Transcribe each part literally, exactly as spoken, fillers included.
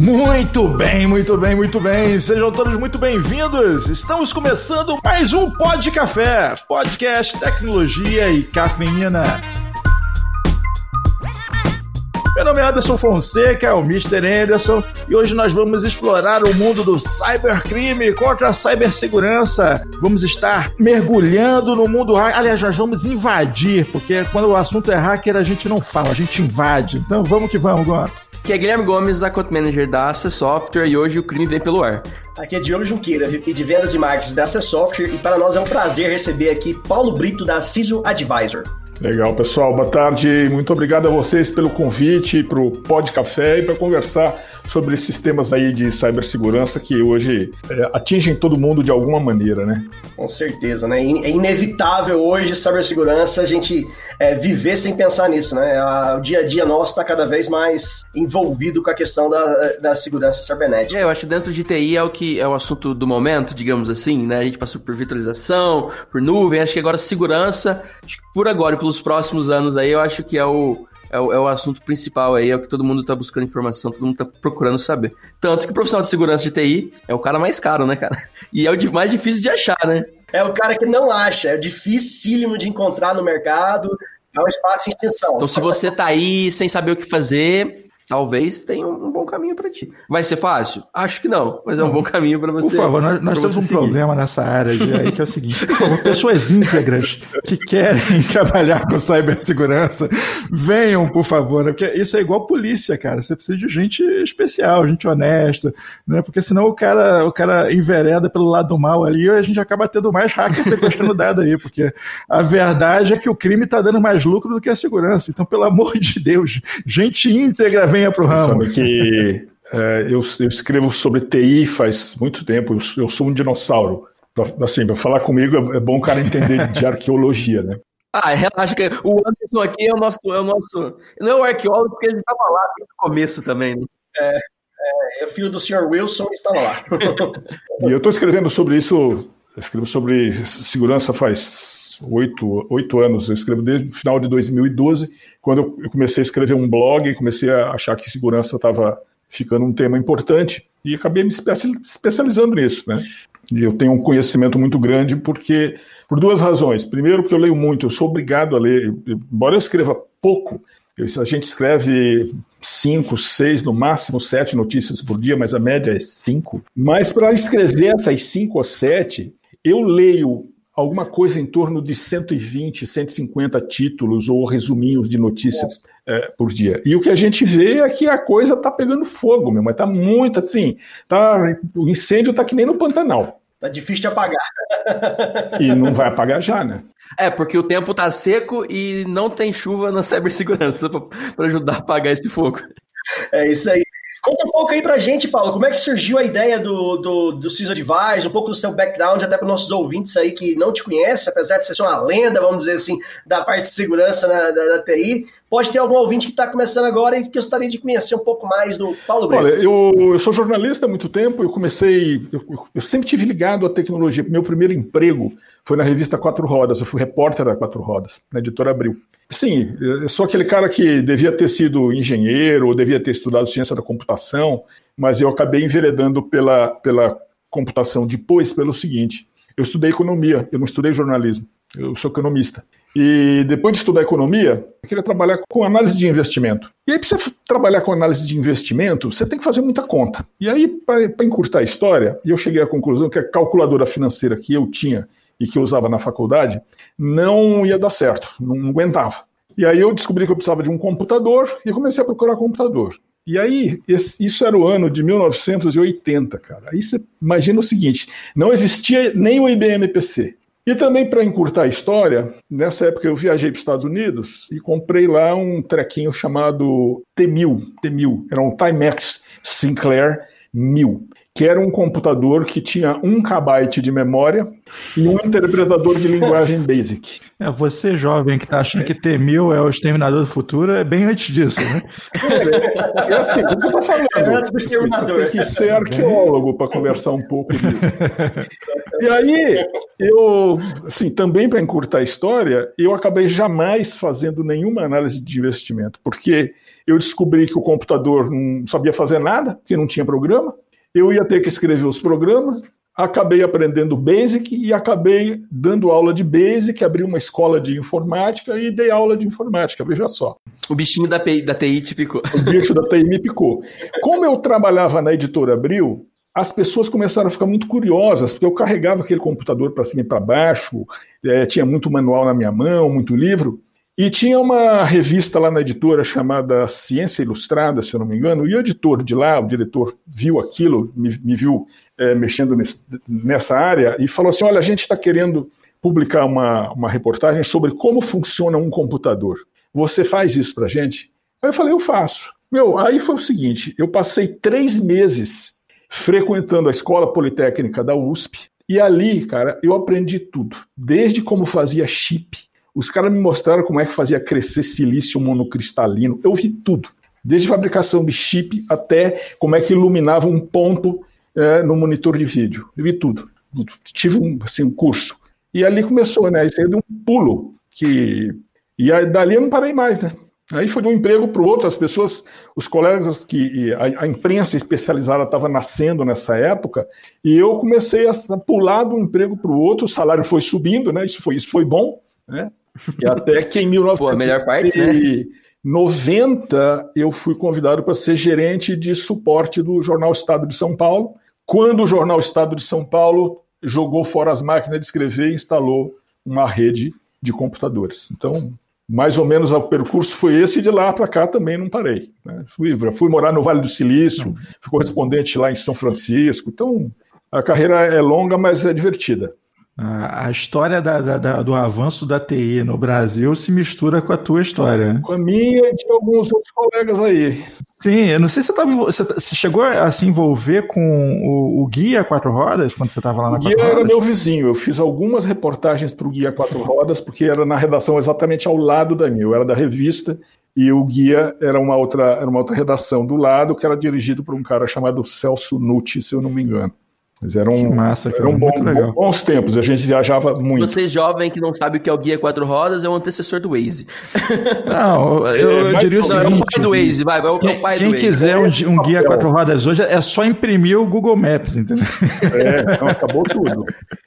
Muito bem, muito bem, muito bem. Sejam todos muito bem-vindos. Estamos começando mais um Pod Café, podcast, tecnologia e cafeína. Meu nome é Anderson Fonseca, é o mister Anderson, e hoje nós vamos explorar o mundo do cybercrime contra a cibersegurança. Vamos estar mergulhando no mundo hacker. Aliás, nós vamos invadir, porque quando o assunto é hacker, a gente não fala, a gente invade. Então vamos que vamos, Gomes. Aqui é Guilherme Gomes, Account Manager da Access Software, e hoje o crime vem pelo ar. Aqui é Diogo Junqueira, V P de Vendas e Marketing da Access Software, e para nós é um prazer receber aqui Paulo Brito, da C I S O Advisor. Legal, pessoal. Boa tarde. Muito obrigado a vocês pelo convite para o Pod Café e para conversar sobre esses temas aí de cibersegurança que hoje é, atingem todo mundo de alguma maneira, né? Com certeza, né? É inevitável hoje cibersegurança a gente é, viver sem pensar nisso, né? O dia a dia nosso está cada vez mais envolvido com a questão da, da segurança cibernética. É, eu acho que dentro de T I é o que é o assunto do momento, digamos assim, né? A gente passou por virtualização, por nuvem, acho que agora segurança, acho que por agora e pelos próximos anos aí, eu acho que é o É o, é o assunto principal aí, é o que todo mundo tá buscando informação, todo mundo tá procurando saber. Tanto que o profissional de segurança de T I é o cara mais caro, né, cara? E é o de, mais difícil de achar, né? É o cara que não acha, é dificílimo de encontrar no mercado, é um espaço em extensão. Então se você tá aí sem saber o que fazer, talvez tenha um, um bom caminho pra ti. Vai ser fácil? Acho que não, mas é um não. bom caminho pra você. Por favor, nós, nós temos um seguir. problema nessa área de, aí que é o seguinte, por favor, pessoas íntegras que querem trabalhar com cibersegurança, venham, por favor, né? Porque isso é igual polícia, cara, você precisa de gente especial, gente honesta, né? Porque senão o cara, o cara envereda pelo lado mal ali e a gente acaba tendo mais hacker sequestrando dado aí, porque a verdade é que o crime tá dando mais lucro do que a segurança, então pelo amor de Deus, gente íntegra venha pro ramo. Sabe que é, eu, eu escrevo sobre T I faz muito tempo, eu, eu sou um dinossauro. Pra, assim, para falar comigo é bom o cara entender de arqueologia, né? Ah, relaxa, que o Anderson aqui é o nosso, é o nosso. Não é o arqueólogo, porque ele estava lá desde o começo também, né? É, é, é filho do senhor Wilson e estava lá. E eu estou escrevendo sobre isso, eu escrevo sobre segurança faz oito, oito anos, eu escrevo desde o final de dois mil e doze, quando eu comecei a escrever um blog e comecei a achar que segurança estava ficando um tema importante e acabei me especializando nisso, né? E eu tenho um conhecimento muito grande porque, por duas razões. Primeiro, porque eu leio muito, eu sou obrigado a ler, embora eu escreva pouco, eu, a gente escreve cinco, seis, no máximo sete notícias por dia, mas a média é cinco. Mas para escrever essas cinco ou sete, eu leio alguma coisa em torno de cento e vinte, cento e cinquenta títulos ou resuminhos de notícias é, por dia. E o que a gente vê é que a coisa tá pegando fogo, meu, mas tá muito assim, tá, o incêndio tá que nem no Pantanal. Tá difícil de apagar. E não vai apagar já, né? É, porque o tempo tá seco e não tem chuva na cibersegurança para ajudar a apagar esse fogo. É isso aí. Conta um pouco aí pra gente, Paulo, como é que surgiu a ideia do, do, do C I S O Advisor, um pouco do seu background, até para nossos ouvintes aí que não te conhecem, apesar de ser uma lenda, vamos dizer assim, da parte de segurança na, da, da T I. Pode ter algum ouvinte que está começando agora e que gostaria de conhecer um pouco mais do Paulo Brito. Olha, eu, eu sou jornalista há muito tempo, eu comecei, eu, eu sempre tive ligado à tecnologia. Meu primeiro emprego foi na revista Quatro Rodas, eu fui repórter da Quatro Rodas, na editora Abril. Sim, eu sou aquele cara que devia ter sido engenheiro, ou devia ter estudado ciência da computação, mas eu acabei enveredando pela, pela computação depois pelo seguinte, eu estudei economia, eu não estudei jornalismo, eu sou economista. E depois de estudar economia, eu queria trabalhar com análise de investimento. E aí, para você trabalhar com análise de investimento, você tem que fazer muita conta. E aí, para encurtar a história, eu cheguei à conclusão que a calculadora financeira que eu tinha e que eu usava na faculdade não ia dar certo, não, não aguentava. E aí eu descobri que eu precisava de um computador e comecei a procurar computador. E aí, esse, isso era o ano de mil novecentos e oitenta, cara. Aí você imagina o seguinte, não existia nem o I B M P C. E também, para encurtar a história, nessa época eu viajei para os Estados Unidos e comprei lá um trequinho chamado T mil, T mil, era um Timex Sinclair mil, que era um computador que tinha um kbyte de memória e um interpretador de linguagem BASIC. É, você jovem que está achando que T mil é o Exterminador do Futuro, é bem antes disso, né? É, é assim, o que eu estou falando? É antes do Exterminador. Tem que ser arqueólogo para conversar um pouco disso. E aí, eu, assim, também para encurtar a história, eu acabei jamais fazendo nenhuma análise de investimento, porque eu descobri que o computador não sabia fazer nada, que não tinha programa, eu ia ter que escrever os programas, acabei aprendendo Basic e acabei dando aula de Basic, abri uma escola de informática e dei aula de informática, veja só. O bichinho da, da T I te picou. O bicho da T I me picou. Como eu trabalhava na Editora Abril, as pessoas começaram a ficar muito curiosas, porque eu carregava aquele computador para cima e para baixo, é, tinha muito manual na minha mão, muito livro, e tinha uma revista lá na editora chamada Ciência Ilustrada, se eu não me engano, e o editor de lá, o diretor, viu aquilo, me, me viu é, mexendo nesse, nessa área, e falou assim, olha, a gente está querendo publicar uma, uma reportagem sobre como funciona um computador. Você faz isso para a gente? Aí eu falei, eu faço. Meu, aí foi o seguinte, eu passei três meses frequentando a Escola Politécnica da U S P, e ali, cara, eu aprendi tudo, desde como fazia chip. Os caras me mostraram como é que fazia crescer silício monocristalino. Eu vi tudo. Desde fabricação de chip até como é que iluminava um ponto é, no monitor de vídeo. Eu vi tudo. tudo. Tive um, assim, um curso. E ali começou, né? Isso aí deu um pulo. Que... E aí, dali eu não parei mais, né? Aí foi de um emprego para o outro. As pessoas, os colegas que... A, a imprensa especializada estava nascendo nessa época. E eu comecei a pular de um emprego para o outro. O salário foi subindo, né? Isso foi, isso foi bom, né? E até que em mil novecentos e noventa eu fui convidado para ser gerente de suporte do Jornal Estado de São Paulo, quando o Jornal Estado de São Paulo jogou fora as máquinas de escrever e instalou uma rede de computadores. Então, mais ou menos o percurso foi esse, e de lá para cá também não parei, né? Fui, fui morar no Vale do Silício, fui correspondente lá em São Francisco. Então, a carreira é longa, mas é divertida. A história da, da, do avanço da T I no Brasil se mistura com a tua história, né? Com a minha e de alguns outros colegas aí. Sim, eu não sei se você, tava, você, você chegou a se envolver com o, o Guia Quatro Rodas quando você estava lá na o Quatro Guia Rodas? Era meu vizinho, eu fiz algumas reportagens para o Guia Quatro Rodas, porque era na redação exatamente ao lado da minha, eu era da revista, e o Guia era uma outra, era uma outra redação do lado, que era dirigido por um cara chamado Celso Nucci, se eu não me engano. Mas eram, que massa, cara, eram muito bom, legal. bons tempos, a gente viajava muito. Você jovem que não sabe o que é o Guia Quatro Rodas é o antecessor do Waze. Não, eu, eu é, diria o não, seguinte... é o pai do Waze, vai, vai o quem, pai quem do Waze. quiser um, um Guia Quatro Rodas hoje é só imprimir o Google Maps, entendeu? É, então acabou tudo.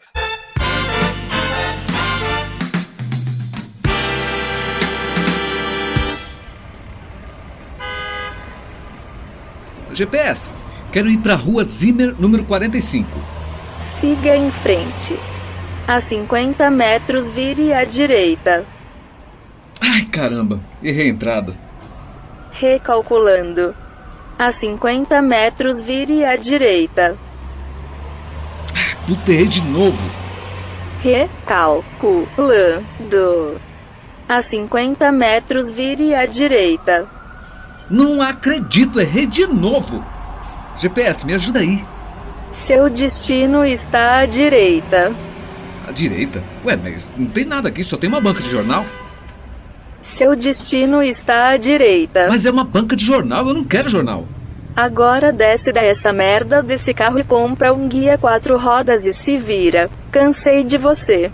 G P S, quero ir para a rua Zimmer, número quarenta e cinco. Siga em frente. A cinquenta metros, vire à direita. Ai, caramba, errei a entrada. Recalculando. A cinquenta metros, vire à direita. Puta, errei de novo. Recalculando. A cinquenta metros, vire à direita. Não acredito, errei de novo. G P S, me ajuda aí. Seu destino está à direita. À direita? Ué, mas não tem nada aqui, só tem uma banca de jornal. Seu destino está à direita. Mas é uma banca de jornal, eu não quero jornal. Agora desce dessa merda desse carro e compra um Guia Quatro Rodas e se vira. Cansei de você.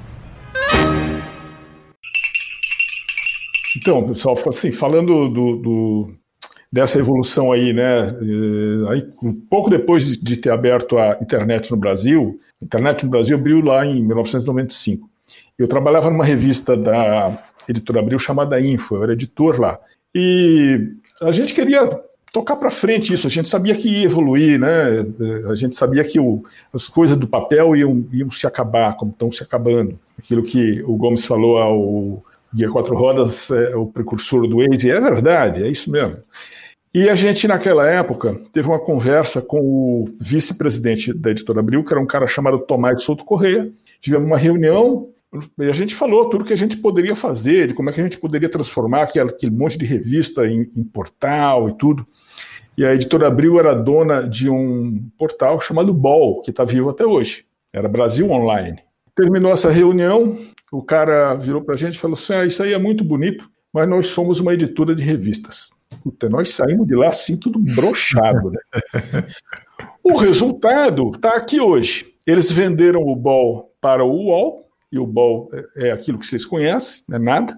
Então, pessoal, assim, falando do... do... dessa evolução aí, né? Aí, um pouco depois de ter aberto a internet no Brasil, a internet no Brasil abriu lá em mil novecentos e noventa e cinco. Eu trabalhava numa revista da Editora Abril chamada Info, eu era editor lá. E a gente queria tocar para frente isso, a gente sabia que ia evoluir, né? A gente sabia que o, as coisas do papel iam, iam se acabar, como estão se acabando. Aquilo que o Gomes falou ao Guia Quatro Rodas, é o precursor do Waze, é verdade, é isso mesmo. E a gente, naquela época, teve uma conversa com o vice-presidente da Editora Abril, que era um cara chamado Tomás Souto Correia. Tivemos uma reunião e a gente falou tudo que a gente poderia fazer, de como é que a gente poderia transformar aquele, aquele monte de revista em, em portal e tudo. E a Editora Abril era dona de um portal chamado B O L, que está vivo até hoje. Era Brasil Online. Terminou essa reunião, o cara virou para a gente e falou assim, ah, isso aí é muito bonito, mas nós somos uma editora de revistas. Puta, nós saímos de lá assim, tudo broxado, né? O resultado está aqui hoje. Eles venderam o B O L para o U O L, e o U O L é aquilo que vocês conhecem, não é nada.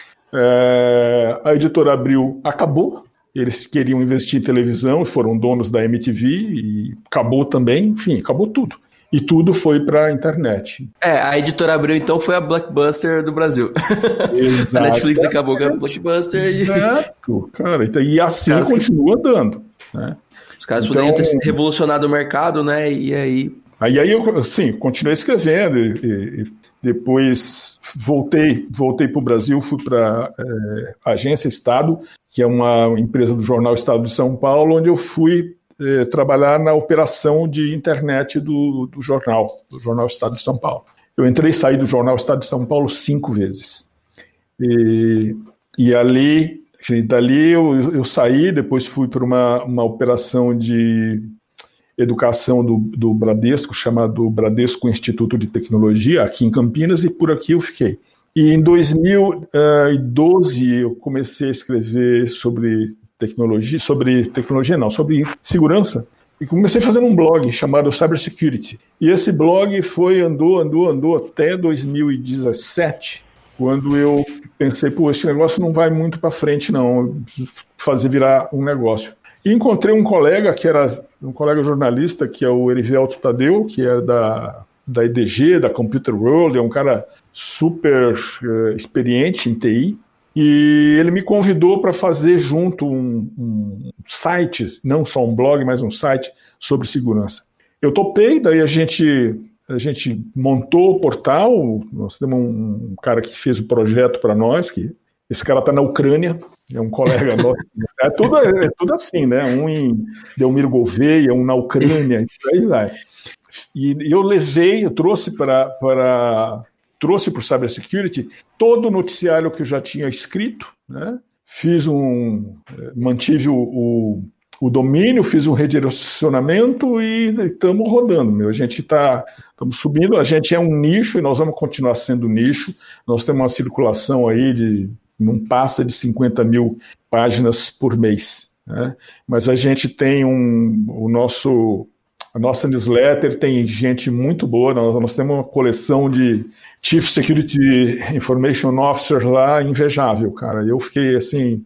É, a Editora Abril acabou, eles queriam investir em televisão e foram donos da M T V e acabou também, enfim, acabou tudo. E tudo foi para a internet. É, a Editora Abril, então, foi a Blockbuster do Brasil. Exato. A Netflix acabou com a Blockbuster. Exato, e... cara. Então, e assim caras... continua dando. Né? Os caras então... poderiam ter revolucionado o mercado, né? E aí... Aí, aí eu, assim, continuei escrevendo e, e depois voltei, voltei para o Brasil, fui para é, a Agência Estado, que é uma empresa do jornal Estado de São Paulo, onde eu fui é, trabalhar na operação de internet do, do jornal, do jornal Estado de São Paulo. Eu entrei e saí do jornal Estado de São Paulo cinco vezes. E, e ali, dali eu, eu saí, depois fui para uma, uma operação de educação do, do Bradesco, chamado Bradesco Instituto de Tecnologia, aqui em Campinas, e por aqui eu fiquei. E em dois mil e doze eu comecei a escrever sobre tecnologia, sobre tecnologia não, sobre segurança, e comecei fazendo um blog chamado Cybersecurity. E esse blog foi, andou, andou, andou até dois mil e dezessete, quando eu pensei, pô, esse negócio não vai muito para frente não, eu preciso fazer virar um negócio. E encontrei um colega, que era um colega jornalista, que é o Erivelto Tadeu, que é da, da E D G, da Computer World, é um cara super uh, experiente em T I, e ele me convidou para fazer junto um, um site, não só um blog, mas um site sobre segurança. Eu topei, daí a gente, a gente montou o portal, nós temos um cara que fez o projeto para nós, que esse cara está na Ucrânia, é um colega nosso. É tudo, é tudo assim, né? Um em Delmiro Gouveia, um na Ucrânia, e aí vai. E eu levei, eu trouxe para, para trouxe para o Cybersecurity todo o noticiário que eu já tinha escrito, né? Fiz um, mantive o, o, o domínio, fiz um redirecionamento e estamos rodando, meu. A gente está, estamos subindo, a gente é um nicho e nós vamos continuar sendo nicho. Nós temos uma circulação aí de não passa de cinquenta mil páginas por mês, né? Mas a gente tem um, o nosso, a nossa newsletter tem gente muito boa, nós, nós temos uma coleção de Chief Security Information Officers lá invejável, cara. Eu fiquei, assim,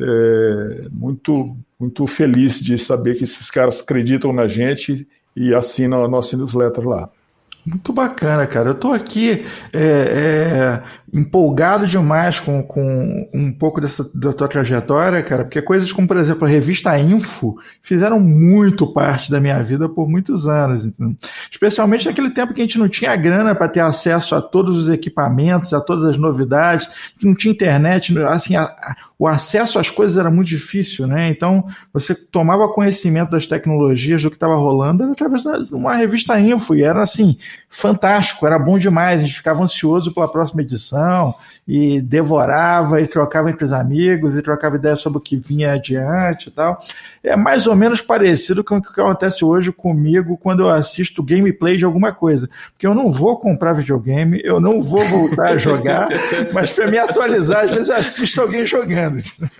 é, muito, muito feliz de saber que esses caras acreditam na gente e assinam a nossa newsletter lá. Muito bacana, cara. Eu tô aqui é, é, empolgado demais com, com um pouco dessa, da tua trajetória, cara, porque coisas como, por exemplo, a revista Info fizeram muito parte da minha vida por muitos anos, entendeu? Especialmente naquele tempo que a gente não tinha grana para ter acesso a todos os equipamentos, a todas as novidades, não tinha internet, assim, a, a, o acesso às coisas era muito difícil, né? Então, você tomava conhecimento das tecnologias, do que estava rolando, através de uma revista Info, e era assim, fantástico, era bom demais, a gente ficava ansioso pela próxima edição e devorava e trocava entre os amigos e trocava ideias sobre o que vinha adiante e tal. É mais ou menos parecido com o que acontece hoje comigo quando eu assisto gameplay de alguma coisa, porque eu não vou comprar videogame, eu não vou voltar a jogar, mas para me atualizar, às vezes eu assisto alguém jogando.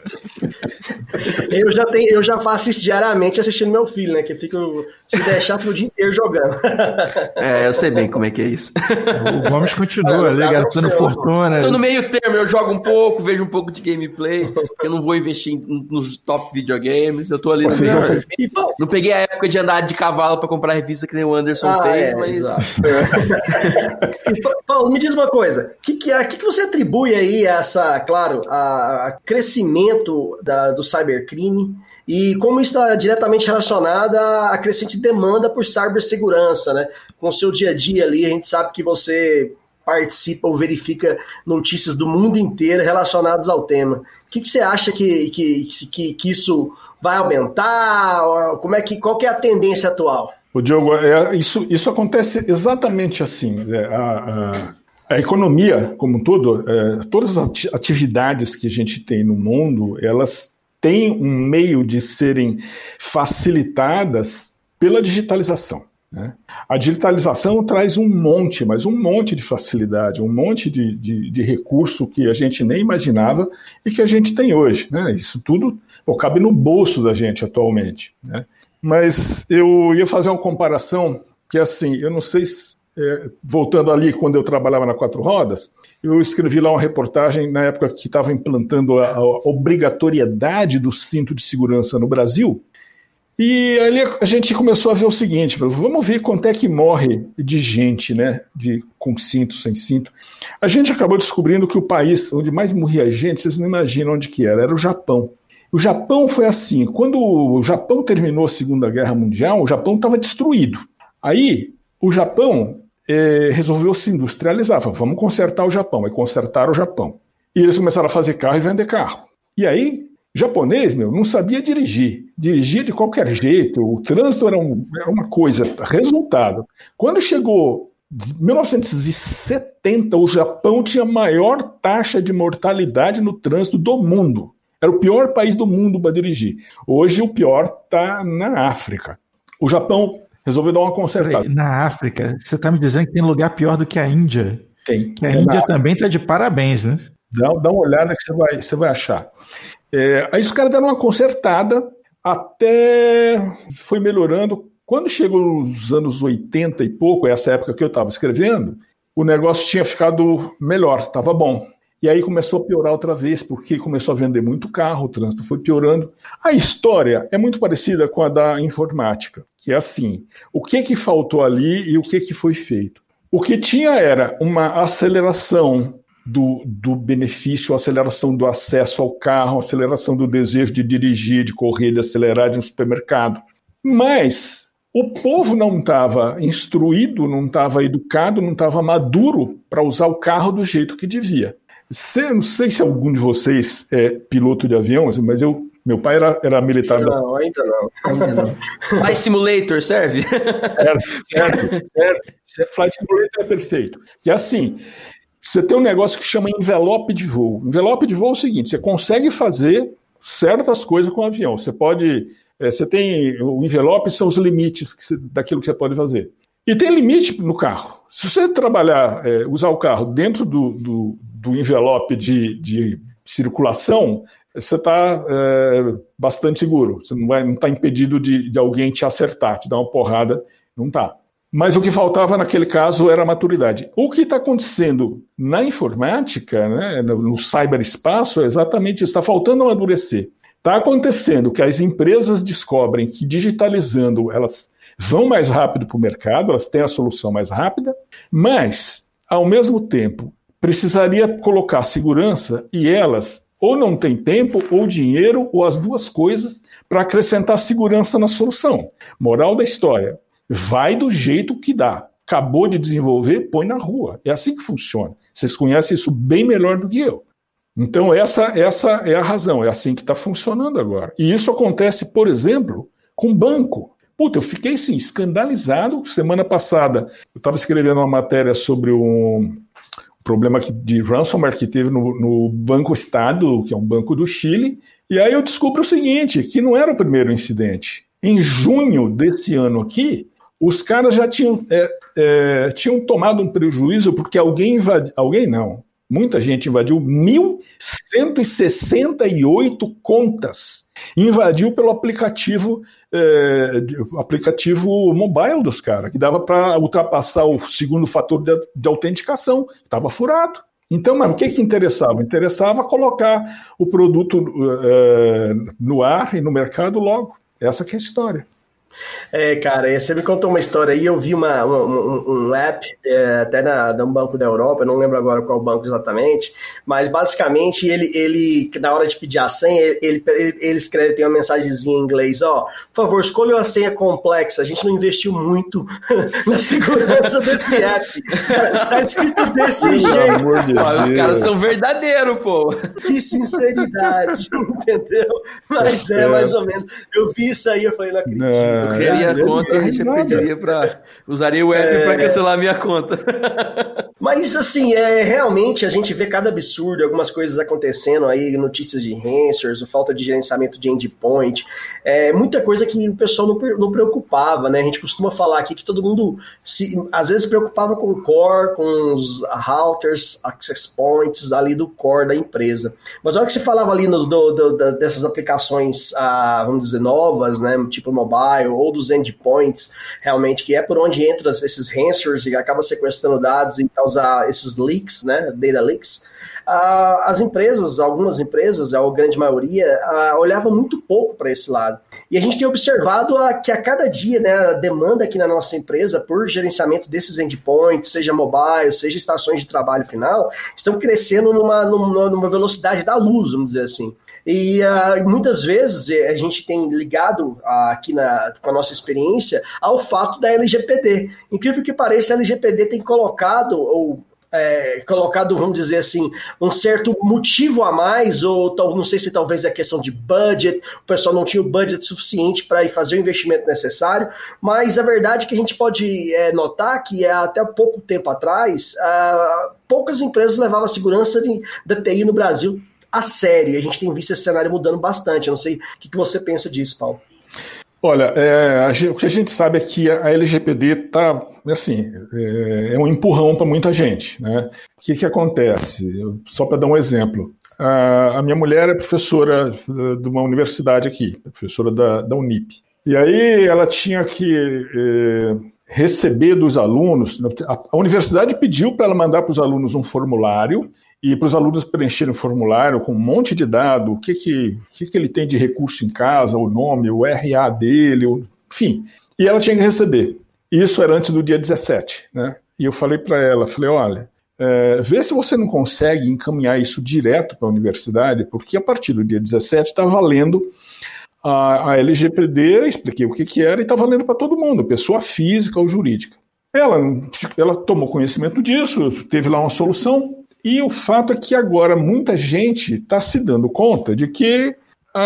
Eu já, tenho, eu já faço isso diariamente assistindo meu filho, né, que fica, se deixar, fica o dia inteiro jogando. É, eu sei bem como é que é isso. O Gomes continua ali, gastando fortuna. Tô no meio termo, eu jogo um pouco, vejo um pouco de gameplay, eu não vou investir nos top videogames, eu tô ali no meio. Não peguei a época de andar de cavalo pra comprar revista que nem o Anderson ah, fez, é, mas... Paulo, me diz uma coisa, o que, que, que, que você atribui aí a essa, claro, a, a crescimento da, do cybercrime e como isso está diretamente relacionado à crescente demanda por cibersegurança, né? Com o seu dia a dia ali, a gente sabe que você participa ou verifica notícias do mundo inteiro relacionadas ao tema. O que, que você acha que, que, que, que isso vai aumentar? Como é que, qual que é a tendência atual? O Diogo, é, isso, isso acontece exatamente assim. É, a, a, a economia, como um todo, é, todas as atividades que a gente tem no mundo, elas têm um meio de serem facilitadas pela digitalização. Né? A digitalização traz um monte, mas um monte de facilidade, um monte de, de, de recurso que a gente nem imaginava e que a gente tem hoje. Né? Isso tudo pô, cabe no bolso da gente atualmente. Né? Mas eu ia fazer uma comparação que, assim, eu não sei se é, voltando ali quando eu trabalhava na Quatro Rodas, eu escrevi lá uma reportagem na época que estava implantando a, a obrigatoriedade do cinto de segurança no Brasil. E ali a gente começou a ver o seguinte, vamos ver quanto é que morre de gente, né, de, com cinto, sem cinto. A gente acabou descobrindo que o país onde mais morria gente, vocês não imaginam onde que era, era o Japão. O Japão foi assim, quando o Japão terminou a Segunda Guerra Mundial, o Japão estava destruído. Aí o Japão é, resolveu se industrializar, falou, vamos consertar o Japão, aí consertaram o Japão. E eles começaram a fazer carro e vender carro. E aí... japonês, meu, não sabia dirigir. Dirigia de qualquer jeito. O trânsito era, um, era uma coisa. Resultado. Quando chegou mil novecentos e setenta, o Japão tinha a maior taxa de mortalidade no trânsito do mundo. Era o pior país do mundo para dirigir. Hoje o pior está na África. O Japão resolveu dar uma consertada. Na África? Você está me dizendo que tem lugar pior do que a Índia? Tem. Que a Índia também está de parabéns, né? Dá, dá uma olhada que você vai, você vai achar. É, aí os caras deram uma consertada, até foi melhorando. Quando chegou nos anos oitenta e pouco, essa época que eu estava escrevendo, o negócio tinha ficado melhor, estava bom. E aí começou a piorar outra vez, porque começou a vender muito carro, o trânsito foi piorando. A história é muito parecida com a da informática, que é assim, o que, que faltou ali e o que, que foi feito. O que tinha era uma aceleração Do, do benefício, a aceleração do acesso ao carro, a aceleração do desejo de dirigir, de correr, de acelerar de um supermercado. Mas o povo não estava instruído, não estava educado, não estava maduro para usar o carro do jeito que devia. Cê, não sei se algum de vocês é piloto de avião, mas eu, meu pai era, era militar. Não, da... ainda não. Ainda não. Flight Simulator serve? Certo, certo, certo. Flight Simulator é perfeito. Que é assim... Você tem um negócio que chama envelope de voo. Envelope de voo é o seguinte, você consegue fazer certas coisas com o avião. Você pode... É, você tem... O envelope são os limites que você, daquilo que você pode fazer. E tem limite no carro. Se você trabalhar, é, usar o carro dentro do, do, do envelope de, de circulação, você está é, bastante seguro. Você não vai, não está impedido de, de alguém te acertar, te dar uma porrada. Não está. Mas o que faltava naquele caso era a maturidade. O que está acontecendo na informática, né, no cyberespaço, é exatamente isso. Está faltando amadurecer. Está acontecendo que as empresas descobrem que digitalizando elas vão mais rápido para o mercado, elas têm a solução mais rápida, mas, ao mesmo tempo, precisaria colocar segurança e elas ou não têm tempo, ou dinheiro, ou as duas coisas para acrescentar segurança na solução. Moral da história. Vai do jeito que dá. Acabou de desenvolver, põe na rua. É assim que funciona. Vocês conhecem isso bem melhor do que eu. Então essa, essa é a razão. É assim que está funcionando agora. E isso acontece, por exemplo, com banco. Puta, eu fiquei assim, escandalizado. Semana passada eu estava escrevendo uma matéria sobre um problema de ransomware que teve no, no Banco Estado, que é um banco do Chile. E aí eu descubro o seguinte, que não era o primeiro incidente. Em junho desse ano aqui, os caras já tinham, é, é, tinham tomado um prejuízo porque alguém invadiu, alguém não, muita gente invadiu mil cento e sessenta e oito contas, invadiu pelo aplicativo, é, aplicativo mobile dos caras, que dava para ultrapassar o segundo fator de, de autenticação, estava furado. Então, mas o que que interessava? Interessava colocar o produto é, no ar e no mercado logo. Essa que é a história. É, cara, você me contou uma história aí, eu vi uma, uma, um, um app, é, até na, de um banco da Europa, eu não lembro agora qual banco exatamente, mas basicamente ele, ele na hora de pedir a senha, ele, ele, ele escreve, tem uma mensagenzinha em inglês, ó, por favor, escolha uma senha complexa, a gente não investiu muito na segurança desse app. Cara, tá escrito desse jeito. De Ó, os caras são verdadeiros, pô. Que sinceridade, entendeu? Mas é, mais ou menos. Eu vi isso aí, eu falei, não acredito. Eu criaria a conta, a gente pediria pra... Usaria o app é... para cancelar a minha conta. Mas, assim, é, realmente a gente vê cada absurdo, algumas coisas acontecendo aí, notícias de ransomware, falta de gerenciamento de endpoint, é, muita coisa que o pessoal não, não preocupava, né? A gente costuma falar aqui que todo mundo, se, às vezes, preocupava com o core, com os routers, access points ali do core da empresa. Mas na hora que você falava ali nos, do, do, da, dessas aplicações, ah, vamos dizer, novas, né? Tipo mobile, ou dos endpoints, realmente, que é por onde entra esses ransomwares e acaba sequestrando dados e causar esses leaks, né, data leaks, uh, as empresas, algumas empresas, a grande maioria, uh, olhavam muito pouco para esse lado. E a gente tem observado a, que a cada dia, né, a demanda aqui na nossa empresa por gerenciamento desses endpoints, seja mobile, seja estações de trabalho final, estão crescendo numa, numa, numa velocidade da luz, vamos dizer assim. E uh, muitas vezes a gente tem ligado uh, aqui na, com a nossa experiência ao fato da L G P D. Incrível que pareça, a L G P D tem colocado, ou é, colocado, vamos dizer assim, um certo motivo a mais, ou não sei se talvez é questão de budget, o pessoal não tinha o budget suficiente para ir fazer o investimento necessário, mas a verdade é que a gente pode é, notar que até pouco tempo atrás, uh, poucas empresas levavam a segurança de, da T I no Brasil a sério. A gente tem visto esse cenário mudando bastante. Eu não sei o que, que você pensa disso, Paulo. Olha, é, a gente, o que a gente sabe é que a L G P D está, assim, é, é um empurrão para muita gente, né? O que, que acontece? Só para dar um exemplo. A, a minha mulher é professora de uma universidade aqui, professora da, da Unip. E aí ela tinha que é, receber dos alunos, a, a universidade pediu para ela mandar para os alunos um formulário, e para os alunos preencherem o formulário com um monte de dado, o que, que, que, que ele tem de recurso em casa, o nome, o R A dele, o, enfim. E ela tinha que receber. Isso era antes do dia dezessete, né? E eu falei para ela, falei, olha, é, vê se você não consegue encaminhar isso direto para a universidade, porque a partir do dia dezessete está valendo a, a L G P D, expliquei o que, que era, e está valendo para todo mundo, pessoa física ou jurídica. Ela, ela tomou conhecimento disso, teve lá uma solução. E o fato é que agora muita gente está se dando conta de que,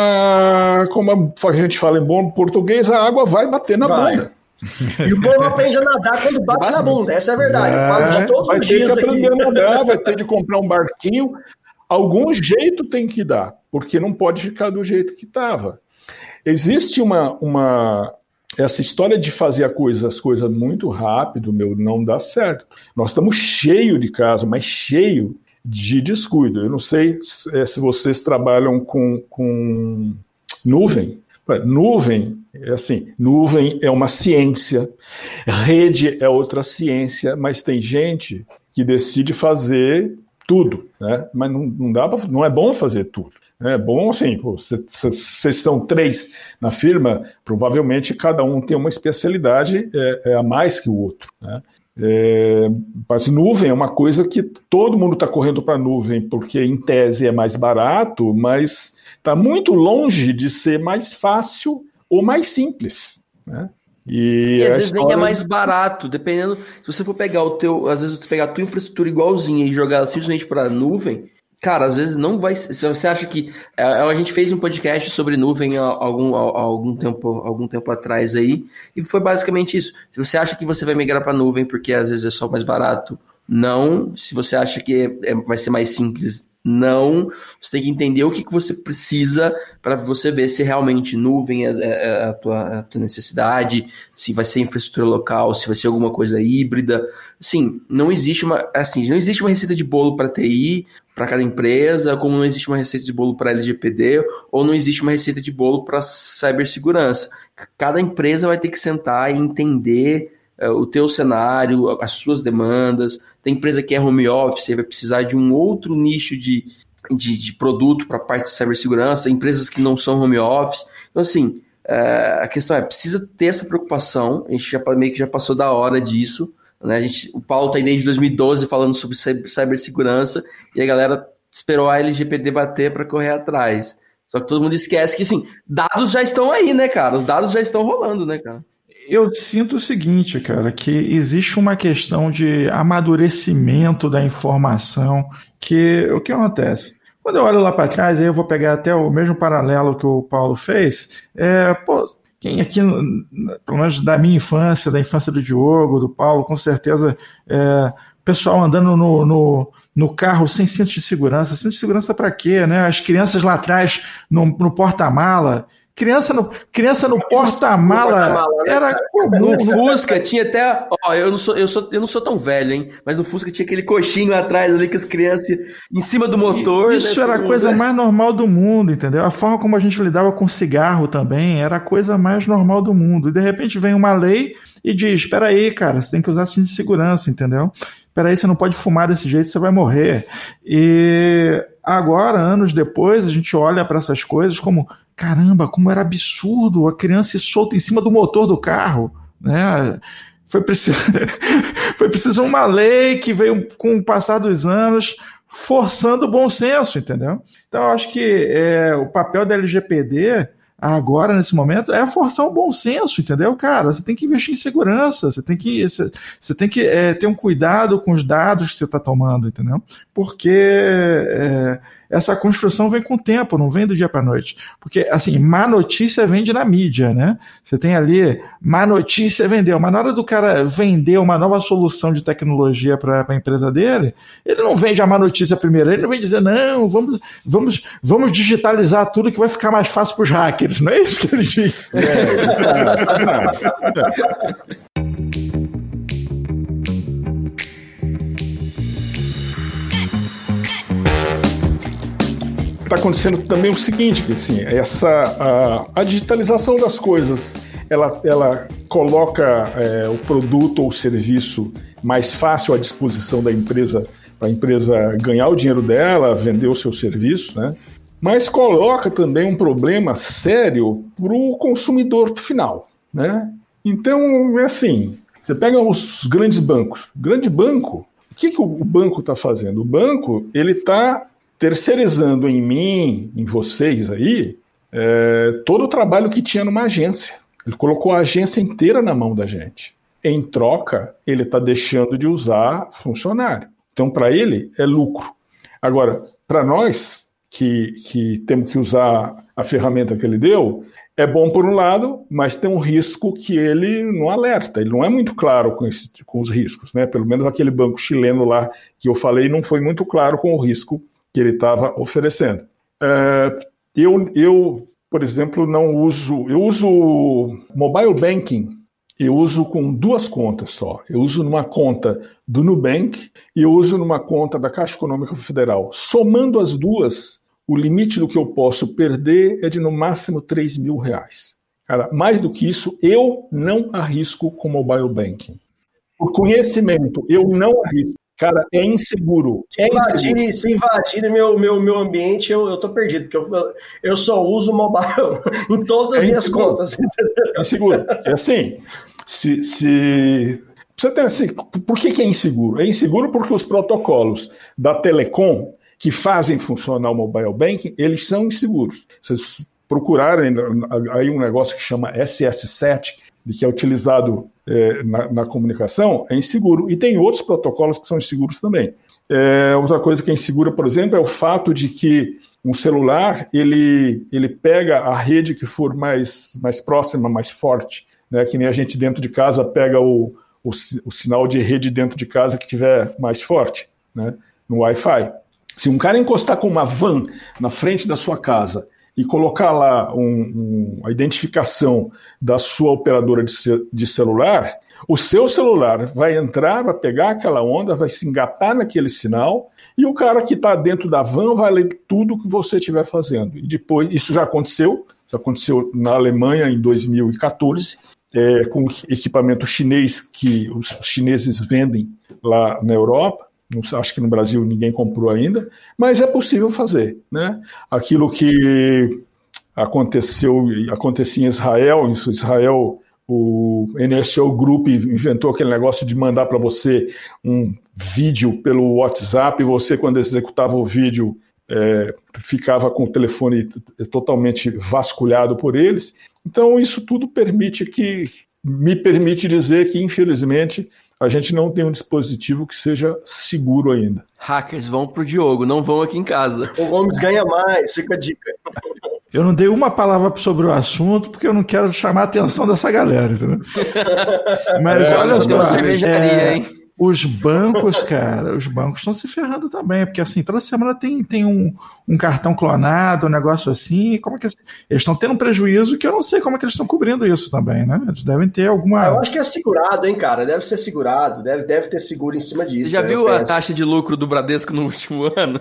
ah, como a gente fala em bom português, a água vai bater na vai. bunda. E o povo aprende a nadar quando bate vai. na bunda, essa é a verdade. Eu falo de todos vai os ter dias que aprender aqui. a nadar, vai ter de comprar um barquinho. Algum jeito tem que dar, porque não pode ficar do jeito que estava. Existe uma... uma Essa história de fazer a coisa, as coisas muito rápido, meu, não dá certo. Nós estamos cheios de casos, mas cheio de descuido. Eu não sei se, é, se vocês trabalham com, com nuvem. Nuvem, é assim, nuvem é uma ciência, rede é outra ciência, mas tem gente que decide fazer tudo, né? Mas não, não dá pra, não é bom fazer tudo. É bom, assim, vocês são três na firma, provavelmente cada um tem uma especialidade é, é a mais que o outro, né? É, mas nuvem é uma coisa que todo mundo está correndo para a nuvem, porque em tese é mais barato, mas está muito longe de ser mais fácil ou mais simples, né? E, e às vezes história... nem é mais barato, dependendo, se você for pegar o teu, às vezes você pegar a tua infraestrutura igualzinha e jogar ela simplesmente para a nuvem, cara, às vezes não vai. Se você acha que. A gente fez um podcast sobre nuvem há algum, há algum, tempo, algum tempo atrás aí, e foi basicamente isso. Se você acha que você vai migrar para nuvem porque às vezes é só mais barato, não. Se você acha que é, é, vai ser mais simples, não. Você tem que entender o que, que você precisa para você ver se realmente nuvem é, é a, tua, a tua necessidade, se vai ser infraestrutura local, se vai ser alguma coisa híbrida. Assim, não existe uma, assim, não existe uma receita de bolo para T I, para cada empresa, como não existe uma receita de bolo para L G P D, ou não existe uma receita de bolo para cibersegurança. Cada empresa vai ter que sentar e entender uh, o teu cenário, as suas demandas. Tem empresa que é home office, vai precisar de um outro nicho de, de, de produto para a parte de cibersegurança, empresas que não são home office. Então, assim, uh, a questão é, precisa ter essa preocupação, a gente já, meio que já passou da hora disso. Né, a gente, o Paulo está aí desde dois mil e doze falando sobre cibersegurança e a galera esperou a L G P D bater para correr atrás. Só que todo mundo esquece que, assim, dados já estão aí, né, cara? Os dados já estão rolando, né, cara? Eu sinto o seguinte, cara, que existe uma questão de amadurecimento da informação, que o que acontece? Quando eu olho lá para trás, aí eu vou pegar até o mesmo paralelo que o Paulo fez, é, pô, quem aqui, pelo menos da minha infância, da infância do Diogo, do Paulo, com certeza é, pessoal andando no, no, no carro sem cinto de segurança. Cinto de segurança para quê, né? As crianças lá atrás no, no porta-mala. Criança no, criança no porta-mala era comum. No Fusca tinha até... Ó, eu não, sou, eu, sou, eu não sou tão velho, hein? Mas no Fusca tinha aquele coxinho atrás ali que as crianças em cima do motor. Isso né, era a coisa mais normal do mundo, entendeu? A forma como a gente lidava com cigarro também era a coisa mais normal do mundo. E de repente vem uma lei e diz, espera aí, cara, você tem que usar cinto de segurança, entendeu? Espera aí, você não pode fumar desse jeito, você vai morrer. E agora, anos depois, a gente olha para essas coisas como... Caramba, como era absurdo a criança ir solta em cima do motor do carro, né? Foi preciso, foi preciso uma lei que veio com o passar dos anos forçando o bom senso, entendeu? Então, eu acho que é, o papel da L G P D agora, nesse momento, é forçar o bom senso, entendeu? Cara, você tem que investir em segurança, você tem que, você, você tem que é, ter um cuidado com os dados que você está tomando, entendeu? Porque... É, essa construção vem com o tempo, não vem do dia para a noite. Porque, assim, má notícia vende na mídia, né? Você tem ali, má notícia vendeu, mas na hora do cara vender uma nova solução de tecnologia para a empresa dele, ele não vende a má notícia primeiro, ele não vem dizer, não, vamos, vamos, vamos digitalizar tudo que vai ficar mais fácil para os hackers. Não é isso que ele diz. É. Está acontecendo também o seguinte, que assim, essa, a, a digitalização das coisas, ela, ela coloca é, o produto ou o serviço mais fácil à disposição da empresa, para a empresa ganhar o dinheiro dela, vender o seu serviço, né? Mas coloca também um problema sério para o consumidor final, né? Então, é assim, você pega os grandes bancos. O grande banco, o que, que o banco está fazendo? O banco, ele está terceirizando em mim, em vocês aí, é, todo o trabalho que tinha numa agência. Ele colocou a agência inteira na mão da gente. Em troca, ele está deixando de usar funcionário. Então, para ele, é lucro. Agora, para nós, que, que temos que usar a ferramenta que ele deu, é bom por um lado, mas tem um risco que ele não alerta. Ele não é muito claro com, esse, com os riscos, né? Pelo menos aquele banco chileno lá que eu falei não foi muito claro com o risco que ele estava oferecendo. É, eu, eu, por exemplo, não uso... Eu uso mobile banking, eu uso com duas contas só. Eu uso numa conta do Nubank e eu uso numa conta da Caixa Econômica Federal. Somando as duas, o limite do que eu posso perder é de no máximo três mil reais. Cara, mais do que isso, eu não arrisco com mobile banking. Por conhecimento, eu não arrisco. Cara, é inseguro. É invadir, inseguro. Se invadir meu, meu, meu ambiente, eu, eu tô perdido, porque eu, eu só uso mobile em todas as é minhas inseguro. Contas. É inseguro. É assim, se... se... Você tem assim, por que, que é inseguro? É inseguro porque os protocolos da Telecom que fazem funcionar o mobile banking, eles são inseguros. Vocês procurarem aí um negócio que chama S S sete, que é utilizado é, na, na comunicação, é inseguro. E tem outros protocolos que são inseguros também. É, outra coisa que é insegura, por exemplo, é o fato de que um celular, ele, ele pega a rede que for mais, mais próxima, mais forte, né? Que nem a gente dentro de casa pega o, o, o sinal de rede dentro de casa que tiver mais forte, né? No Wi-Fi. Se um cara encostar com uma van na frente da sua casa e colocar lá um, um, a identificação da sua operadora de, ce- de celular, o seu celular vai entrar, vai pegar aquela onda, vai se engatar naquele sinal, e o cara que está dentro da van vai ler tudo o que você estiver fazendo. E depois, isso já aconteceu, já aconteceu na Alemanha em dois mil e catorze, é, com equipamento chinês que os chineses vendem lá na Europa. Não, acho que no Brasil ninguém comprou ainda, mas é possível fazer, né? Aquilo que aconteceu, acontecia em Israel, em Israel, o N S O Group inventou aquele negócio de mandar para você um vídeo pelo WhatsApp, e você, quando executava o vídeo, é, ficava com o telefone totalmente vasculhado por eles. Então, isso tudo permite que, me permite dizer que, infelizmente, a gente não tem um dispositivo que seja seguro ainda. Hackers vão pro Diogo, não vão aqui em casa. O Gomes ganha mais, fica a dica. Eu não dei uma palavra sobre o assunto porque eu não quero chamar a atenção dessa galera, entendeu? Mas é, olha só, cervejaria, é, hein? Os bancos, cara, os bancos estão se ferrando também, porque assim, toda semana tem, tem um, um cartão clonado, um negócio assim, como é que eles estão tendo um prejuízo que eu não sei como é que eles estão cobrindo isso também, né? Eles devem ter alguma... Ah, eu acho que é segurado, hein, cara, deve ser segurado, deve, deve ter seguro em cima disso. Você já viu penso. a taxa de lucro do Bradesco no último ano?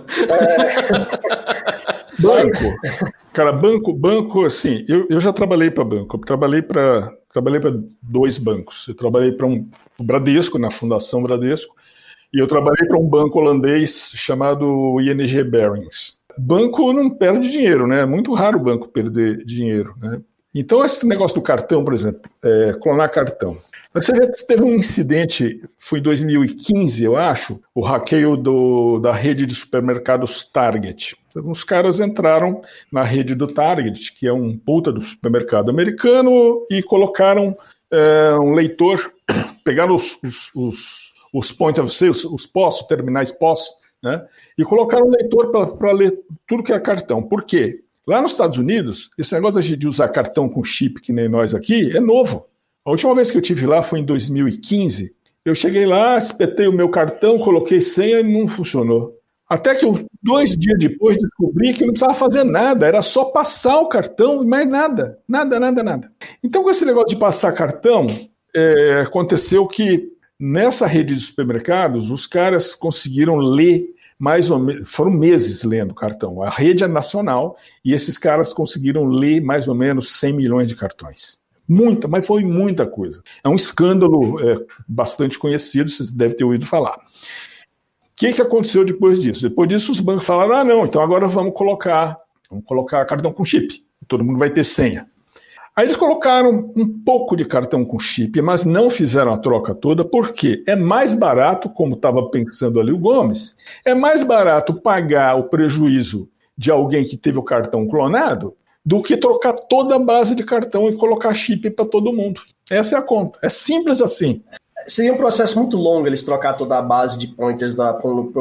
É... Banco, cara, banco, banco, assim, eu, eu já trabalhei para banco, eu trabalhei para trabalhei para dois bancos, eu trabalhei para um o Bradesco, na Fundação Bradesco, e eu trabalhei para um banco holandês chamado I N G Barings. Banco não perde dinheiro, né? É muito raro o banco perder dinheiro, né? Então, esse negócio do cartão, por exemplo, é, clonar cartão. Você já teve um incidente, foi em dois mil e quinze, eu acho, o hackeio do, da rede de supermercados Target. Os caras entraram na rede do Target, que é um puta do supermercado americano, e colocaram é, um leitor, pegaram os, os, os, os point of sale, os P O S, os terminais P O S, né, e colocaram um leitor para ler tudo que é cartão. Por quê? Lá nos Estados Unidos, esse negócio de usar cartão com chip, que nem nós aqui, é novo. A última vez que eu estive lá foi em dois mil e quinze. Eu cheguei lá, espetei o meu cartão, coloquei senha e não funcionou. Até que eu, dois dias depois, descobri que eu não precisava fazer nada, era só passar o cartão e mais nada. Nada, nada, nada. Então, com esse negócio de passar cartão, é, aconteceu que nessa rede de supermercados, os caras conseguiram ler mais ou menos, foram meses lendo cartão. A rede é nacional e esses caras conseguiram ler mais ou menos cem milhões de cartões. Muita, mas foi muita coisa. É um escândalo é, bastante conhecido, vocês devem ter ouvido falar. O que, que aconteceu depois disso? Depois disso, os bancos falaram, ah, não, então agora vamos colocar, vamos colocar cartão com chip. Todo mundo vai ter senha. Aí eles colocaram um pouco de cartão com chip, mas não fizeram a troca toda, porque é mais barato, como estava pensando ali o Gomes, é mais barato pagar o prejuízo de alguém que teve o cartão clonado do que trocar toda a base de cartão e colocar chip para todo mundo. Essa é a conta. É simples assim. Seria um processo muito longo eles trocar toda a base de pointers para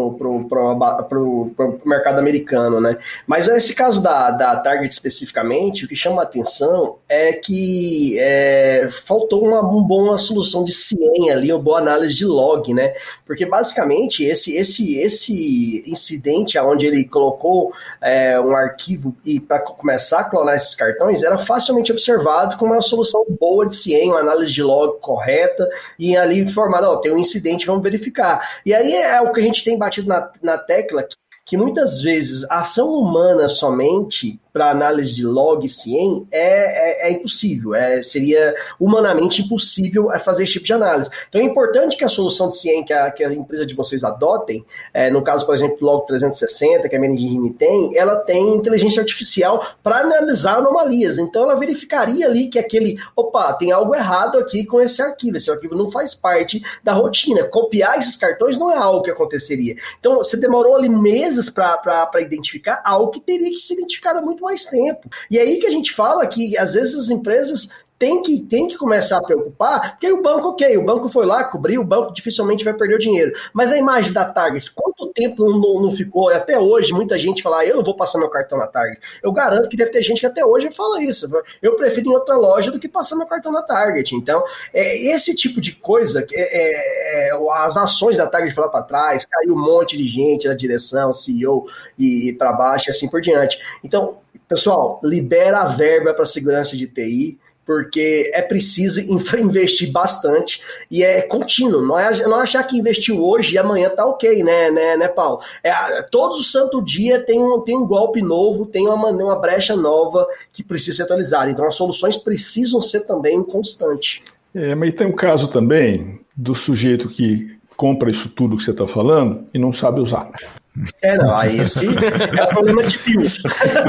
o mercado americano, né? Mas nesse caso da, da Target especificamente, o que chama a atenção é que é, faltou uma, uma boa solução de C I E M ali, uma boa análise de log, né? Porque basicamente esse, esse, esse incidente onde ele colocou é, um arquivo e para começar a clonar esses cartões era facilmente observado com uma solução boa de C I E M, uma análise de log correta e ali informado, ó, tem um incidente, vamos verificar. E aí é o que a gente tem batido na, na tecla, que, que muitas vezes a ação humana somente para análise de log C I E M é, é, é impossível, é, seria humanamente impossível fazer esse tipo de análise. Então é importante que a solução de C I E M que a, que a empresa de vocês adotem, é, no caso, por exemplo, o Log trezentos e sessenta, que a Managing Engine tem, ela tem inteligência artificial para analisar anomalias. Então ela verificaria ali que aquele, opa, tem algo errado aqui com esse arquivo, esse arquivo não faz parte da rotina. Copiar esses cartões não é algo que aconteceria. Então você demorou ali meses para identificar algo que teria que ser identificado muito mais tempo. E aí que a gente fala que às vezes as empresas tem que, tem que começar a preocupar, porque o banco, ok, o banco foi lá, cobriu, o banco dificilmente vai perder o dinheiro. Mas a imagem da Target, quanto tempo não, não ficou? Até hoje, muita gente fala, ah, eu não vou passar meu cartão na Target. Eu garanto que deve ter gente que até hoje fala isso. Eu prefiro ir em outra loja do que passar meu cartão na Target. Então, é, esse tipo de coisa, é, é, as ações da Target foram para trás, caiu um monte de gente na direção, C E O e, e para baixo e assim por diante. Então, pessoal, libera a verba para segurança de T I, porque é preciso investir bastante e é contínuo, não, é, não achar que investiu hoje e amanhã tá ok, né, né, né Paulo? É, todos os santo dia tem um, tem um golpe novo, tem uma, uma brecha nova que precisa ser atualizada, então as soluções precisam ser também constantes. É, mas tem um caso também do sujeito que compra isso tudo que você está falando e não sabe usar. É, não, aí esse é o problema de Deus.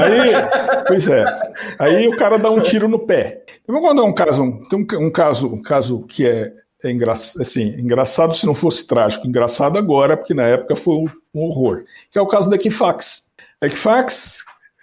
Aí, pois é, aí o cara dá um tiro no pé. Eu vou contar um caso, tem um, um caso, um caso que é, é engra, assim, engraçado se não fosse trágico, engraçado agora, porque na época foi um, um horror, que é o caso da Equifax. A Equifax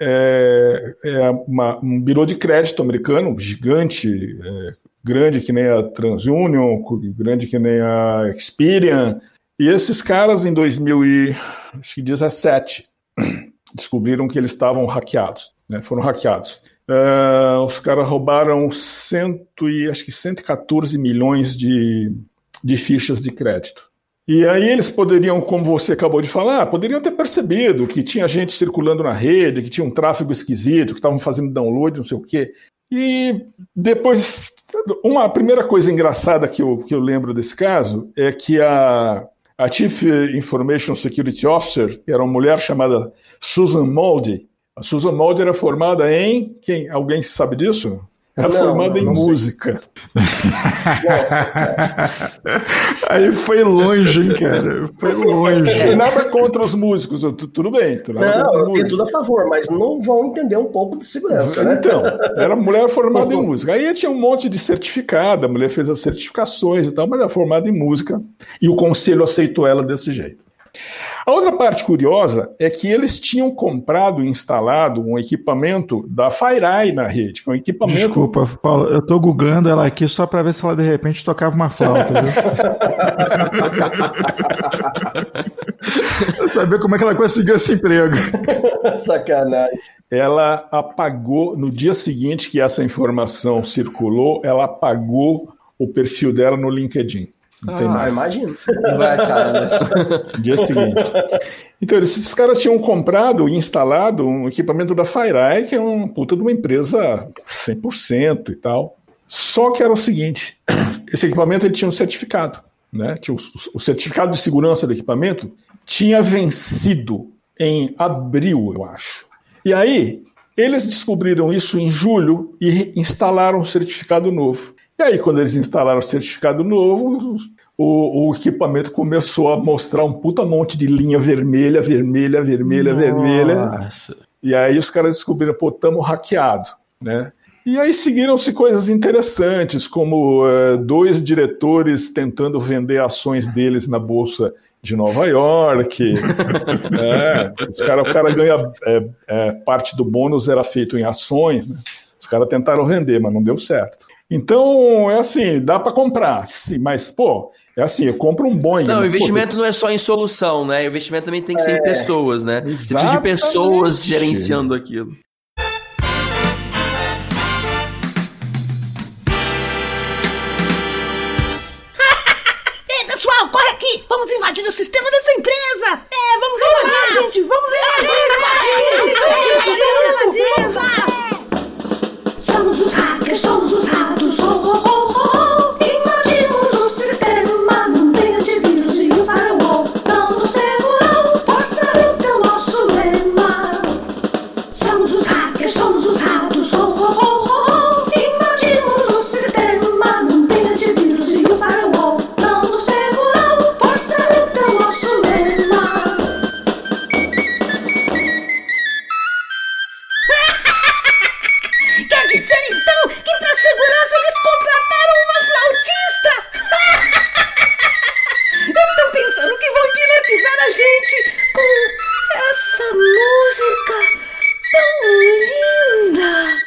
é, é uma, um birô de crédito americano, gigante, é, grande que nem a TransUnion, grande que nem a Experian. E esses caras, em dois mil e dezessete, descobriram que eles estavam hackeados, né? Foram hackeados. Uh, os caras roubaram cento e, acho que cento e quatorze milhões de, de fichas de crédito. E aí eles poderiam, como você acabou de falar, poderiam ter percebido que tinha gente circulando na rede, que tinha um tráfego esquisito, que estavam fazendo download, não sei o quê. E depois, uma primeira coisa engraçada que eu, que eu lembro desse caso é que a, a Chief Information Security Officer era uma mulher chamada Susan Moldy. A Susan Moldy era formada em... Quem, alguém sabe disso? Era não, formada não, em não música. Aí foi longe, hein, cara? Foi longe. Sem nada contra os músicos, tudo bem. Tudo não, eu tenho tudo a favor, mas não vão entender um pouco de segurança, né? Então, era mulher formada em música. Aí tinha um monte de certificado, a mulher fez as certificações e tal, mas era formada em música e o conselho aceitou ela desse jeito. A outra parte curiosa é que eles tinham comprado e instalado um equipamento da FireEye na rede, que é um equipamento... Desculpa, Paulo, eu tô googlando ela aqui só para ver se ela de repente tocava uma flauta, viu? Eu saber como é que ela conseguiu esse emprego. Sacanagem. Ela apagou, no dia seguinte que essa informação circulou, ela apagou o perfil dela no LinkedIn. Não ah, tem mais. Imagino. Vai, cara. Dia seguinte. Então, esses caras tinham comprado e instalado um equipamento da FireEye, que é uma puta de uma empresa cem por cento e tal. Só que era o seguinte, esse equipamento ele tinha um certificado, né? Tinha o, o certificado de segurança do equipamento tinha vencido em abril, eu acho. E aí, eles descobriram isso em julho e instalaram um certificado novo. E aí, quando eles instalaram o certificado novo, o, o equipamento começou a mostrar um puta monte de linha vermelha, vermelha, vermelha, Nossa. vermelha. E aí os caras descobriram, pô, tamo hackeado, né? E aí seguiram-se coisas interessantes, como uh, dois diretores tentando vender ações deles na Bolsa de Nova York. Né? Os cara, o cara ganha, é, é, parte do bônus era feito em ações, né? Os caras tentaram vender, mas não deu certo. Então, é assim, dá para comprar, sim, mas, pô, é assim, eu compro um Boeing. Não, o investimento pô, não é só em solução, né? O investimento também tem que ser é, em pessoas, né? Exatamente. Você precisa de pessoas gerenciando aquilo. Ei, pessoal, corre aqui! Vamos invadir o sistema dessa empresa! É, vamos invadir, gente! Vamos invadir! Vamos invadir! Vamos invadir! Somos os hackers, somos os ratos, oh, oh, oh, oh. Invadimos o sistema, não tem antivírus e o firewall não nos segurou, possa ter o nosso lema. Somos os hackers, somos os ratos, oh, oh, oh, oh. Invadimos o sistema, não tem antivírus e o firewall não nos segurou, possa ter o nosso lema. Quer dizer, então, que pra segurança eles contrataram uma flautista? Estão pensando que vão hipnotizar a gente com essa música tão linda.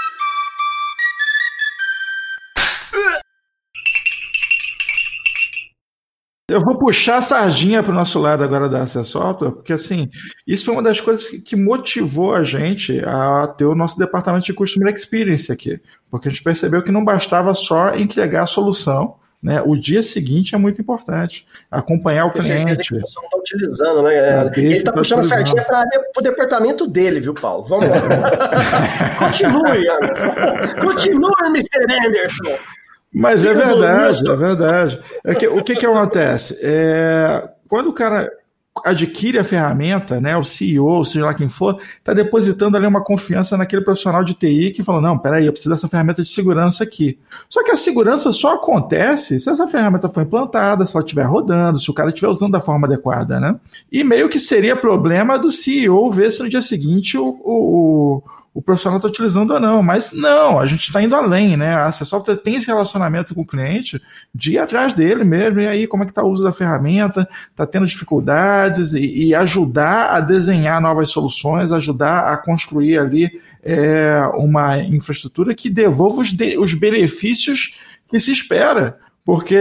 Eu vou puxar a sardinha para o nosso lado agora da Access Software, porque assim, isso foi uma das coisas que motivou a gente a ter o nosso departamento de Customer Experience aqui, porque a gente percebeu que não bastava só entregar a solução, né? O dia seguinte é muito importante, acompanhar o cliente. Que o pessoal não está utilizando, né? É, ele está puxando a sardinha para o departamento dele, viu, Paulo? Vamos lá. Continue, continue, mister Anderson. Mas é verdade, é verdade. É que, o que, que acontece? É, quando o cara adquire a ferramenta, né, o C E O, seja lá quem for, está depositando ali uma confiança naquele profissional de T I que falou, não, peraí, eu preciso dessa ferramenta de segurança aqui. Só que a segurança só acontece se essa ferramenta for implantada, se ela estiver rodando, se o cara estiver usando da forma adequada, né? E meio que seria problema do C E O ver se no dia seguinte o... o o profissional está utilizando ou não, mas não, a gente está indo além, né? A Access Software tem esse relacionamento com o cliente de ir atrás dele mesmo, e aí como é que está o uso da ferramenta, está tendo dificuldades, e, e ajudar a desenhar novas soluções, ajudar a construir ali é, uma infraestrutura que devolva os, de, os benefícios que se espera. porque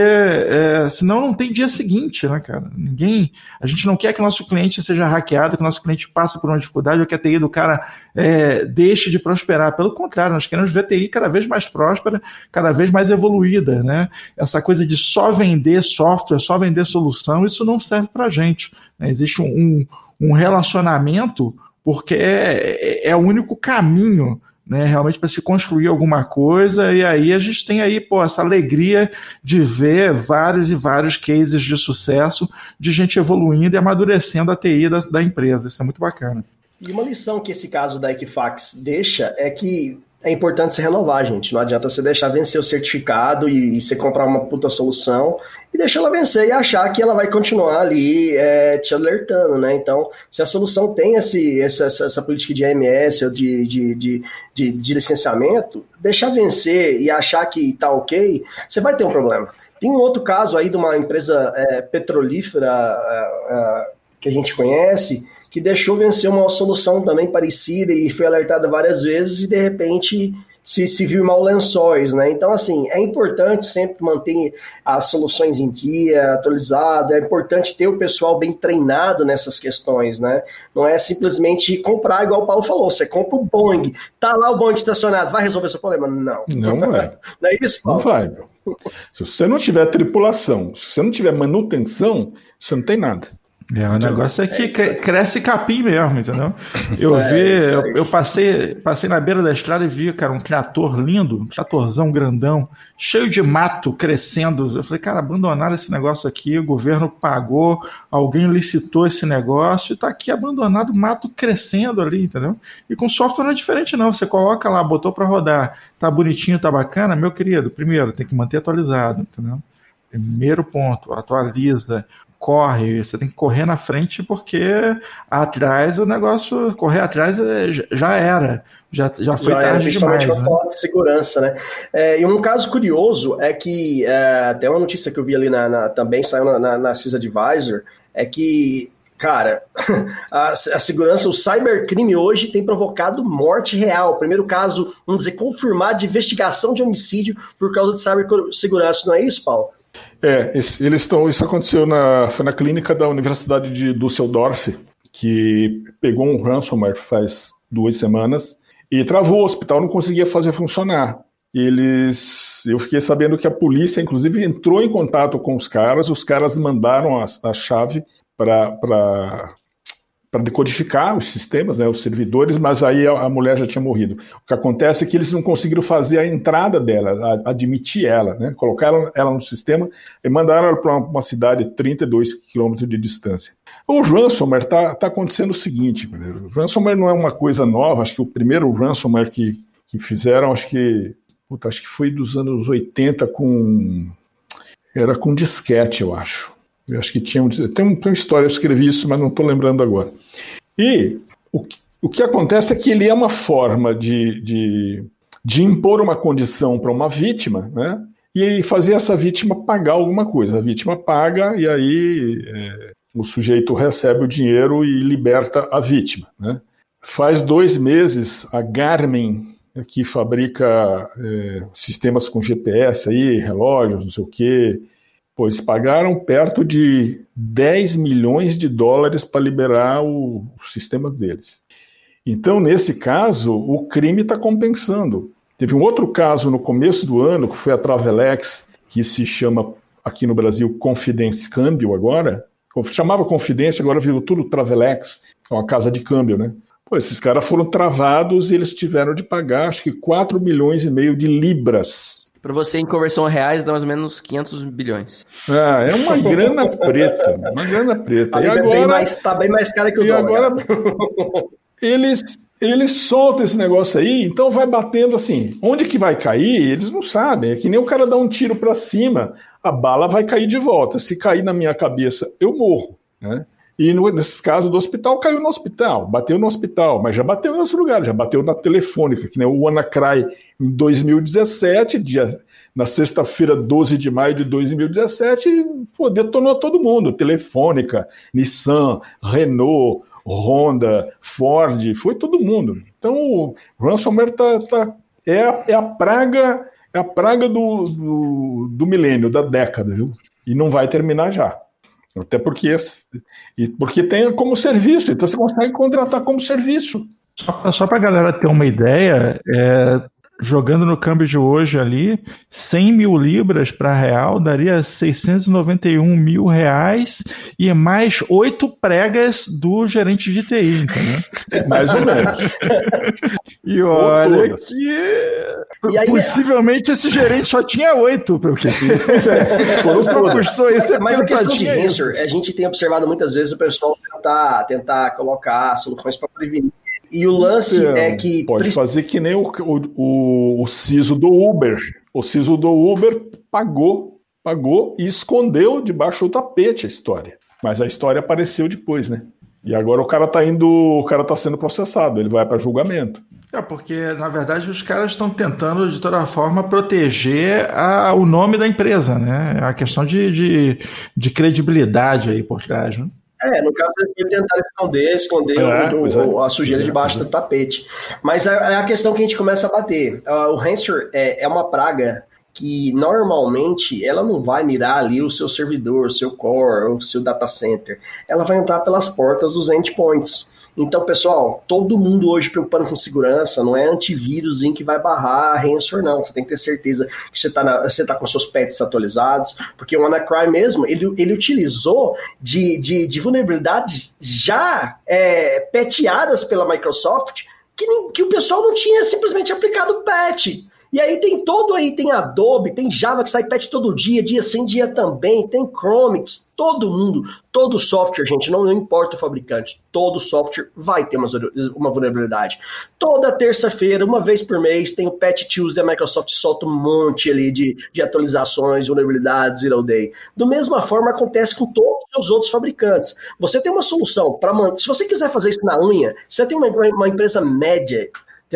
é, senão não tem dia seguinte, né, cara? Ninguém, a gente não quer que o nosso cliente seja hackeado, que o nosso cliente passe por uma dificuldade ou que a T I do cara é, deixe de prosperar. Pelo contrário, nós queremos ver a T I cada vez mais próspera, cada vez mais evoluída, né? Essa coisa de só vender software, só vender solução, isso não serve pra gente, né? Existe um, um relacionamento porque é, é, é o único caminho, né, realmente para se construir alguma coisa, e aí a gente tem aí, pô, essa alegria de ver vários e vários cases de sucesso, de gente evoluindo e amadurecendo a T I da, da empresa. Isso é muito bacana. E uma lição que esse caso da Equifax deixa é que é importante se renovar, gente. Não adianta você deixar vencer o certificado e, e você comprar uma puta solução e deixar ela vencer e achar que ela vai continuar ali é, te alertando, né? Então, se a solução tem esse, essa, essa política de A M S ou de, de, de, de, de licenciamento, deixar vencer e achar que tá ok, você vai ter um problema. Tem um outro caso aí de uma empresa é, petrolífera é, é, que a gente conhece, que deixou vencer uma solução também parecida e foi alertada várias vezes e, de repente, se, se viu mal lençóis, né? Então, assim, é importante sempre manter as soluções em dia, atualizado, é importante ter o pessoal bem treinado nessas questões, né? Não é simplesmente comprar, igual o Paulo falou, você compra o Boeing, tá lá o Boeing estacionado, vai resolver seu problema? Não. Não é. Não é isso, Paulo? Não vai, meu. Se você não tiver tripulação, se você não tiver manutenção, você não tem nada. É, o negócio é que é cresce capim mesmo, entendeu? Eu é, vi, eu, eu passei, passei na beira da estrada e vi, cara, um trator lindo, um tratorzão grandão, cheio de mato crescendo. Eu falei, cara, abandonaram esse negócio aqui, o governo pagou, alguém licitou esse negócio e tá aqui abandonado, mato crescendo ali, entendeu? E com software não é diferente não, você coloca lá, botou para rodar, tá bonitinho, tá bacana, meu querido, primeiro, tem que manter atualizado, entendeu? Primeiro ponto, atualiza, corre, você tem que correr na frente porque atrás o negócio, correr atrás já era, já, já foi já tarde era, demais. Uma falta de segurança, né? É, e um caso curioso é que, é, até uma notícia que eu vi ali na, na, também saiu na, na, na CISA Advisor, é que, cara, a, a segurança, o cybercrime hoje tem provocado morte real. Primeiro caso, vamos dizer, confirmado de investigação de homicídio por causa de cibersegurança, não é isso, Paulo? É, esse, eles estão. Isso aconteceu na, foi na clínica da Universidade de Düsseldorf, que pegou um ransomware faz duas semanas e travou o hospital, não conseguia fazer funcionar. Eles, eu fiquei sabendo que a polícia, inclusive, entrou em contato com os caras, os caras mandaram a, a chave para para decodificar os sistemas, né, os servidores, mas aí a, a mulher já tinha morrido. O que acontece é que eles não conseguiram fazer a entrada dela, a, admitir ela, né, colocaram ela no sistema e mandaram ela para uma, uma cidade a trinta e dois quilômetros de distância. O ransomware está tá acontecendo o seguinte, o ransomware não é uma coisa nova, acho que o primeiro ransomware que, que fizeram, acho que, puta, acho que foi dos anos oitenta com... era com disquete, eu acho. Eu acho que tinha um, tem, um, tem uma história, eu escrevi isso, mas não estou lembrando agora. E o que, o que acontece é que ele é uma forma de, de, de impor uma condição para uma vítima, né? E fazer essa vítima pagar alguma coisa. A vítima paga e aí é, o sujeito recebe o dinheiro e liberta a vítima, né? Faz dois meses, a Garmin, que fabrica é, sistemas com G P S, aí, relógios, não sei o quê, pois pagaram perto de dez milhões de dólares para liberar o, os sistemas deles. Então, nesse caso, o crime está compensando. Teve um outro caso no começo do ano, que foi a Travelex, que se chama aqui no Brasil Confidence Câmbio agora. Chamava Confidência, agora virou tudo Travelex, que é uma casa de câmbio, né? Pô, esses caras foram travados e eles tiveram de pagar, acho que quatro milhões e meio de libras. Para você, em conversão a reais, dá mais ou menos quinhentos bilhões. Ah, é uma grana preta, uma grana preta. Tá, e agora, bem mais, tá bem mais cara que o e dólar. Agora, eles, eles soltam esse negócio aí, então vai batendo assim. Onde que vai cair, eles não sabem. É que nem o cara dá um tiro para cima, a bala vai cair de volta. Se cair na minha cabeça, eu morro, né? E no, nesses casos do hospital, caiu no hospital, bateu no hospital, mas já bateu em outros lugares, já bateu na Telefônica, que nem o WannaCry em dois mil e dezessete, dia, na sexta-feira, doze de maio de dois mil e dezessete, pô, detonou todo mundo, Telefônica, Nissan, Renault, Honda, Ford, foi todo mundo. Então o ransomware tá, tá, é, a, é a praga é a praga do, do, do milênio, da década, viu? E não vai terminar já. Até porque, porque tem como serviço, então você consegue contratar como serviço. Só, só para a galera ter uma ideia, é, jogando no câmbio de hoje ali, cem mil libras para real daria seiscentos e noventa e um mil reais e mais oito pregas do gerente de T I, entendeu? Mais ou menos. E olha que e aí, possivelmente esse gerente só tinha oito, porque é, custou isso, é mas a questão de isso. Hansor, a gente tem observado muitas vezes o pessoal tentar, tentar colocar soluções para prevenir. E o lance então, é que... Pode fazer que nem o, o, o, o C I S O do Uber. O C I S O do Uber pagou, pagou e escondeu debaixo do tapete a história. Mas a história apareceu depois, né? E agora o cara tá indo, o cara tá sendo processado, ele vai para julgamento. É, porque, na verdade, os caras estão tentando, de toda forma, proteger a, o nome da empresa, né? A questão de, de, de credibilidade aí por trás, né? É, no caso, ele tentar esconder, esconder é, o, o, a sujeira debaixo do tapete. Mas é a questão que a gente começa a bater. Uh, o Hansor é, é uma praga que, normalmente, ela não vai mirar ali o seu servidor, o seu core, o seu data center. Ela vai entrar pelas portas dos endpoints. Então, pessoal, todo mundo hoje preocupando com segurança, não é antivírus que vai barrar a Hansor, não. Você tem que ter certeza que você está você tá com seus patches atualizados, porque o WannaCry mesmo, ele, ele utilizou de, de, de vulnerabilidades já é, patchadas pela Microsoft, que, que o pessoal não tinha simplesmente aplicado o patch. E aí tem todo aí, tem Adobe, tem Java que sai patch todo dia, dia sim, dia também, tem Chrome, todo mundo, todo software, gente, não, não importa o fabricante, todo software vai ter uma, uma vulnerabilidade. Toda terça-feira, uma vez por mês, tem o Patch Tuesday, a Microsoft solta um monte ali de, de atualizações, vulnerabilidades, zero day. Da mesma forma acontece com todos os outros fabricantes. Você tem uma solução para manter, se você quiser fazer isso na unha, você tem uma, uma empresa média,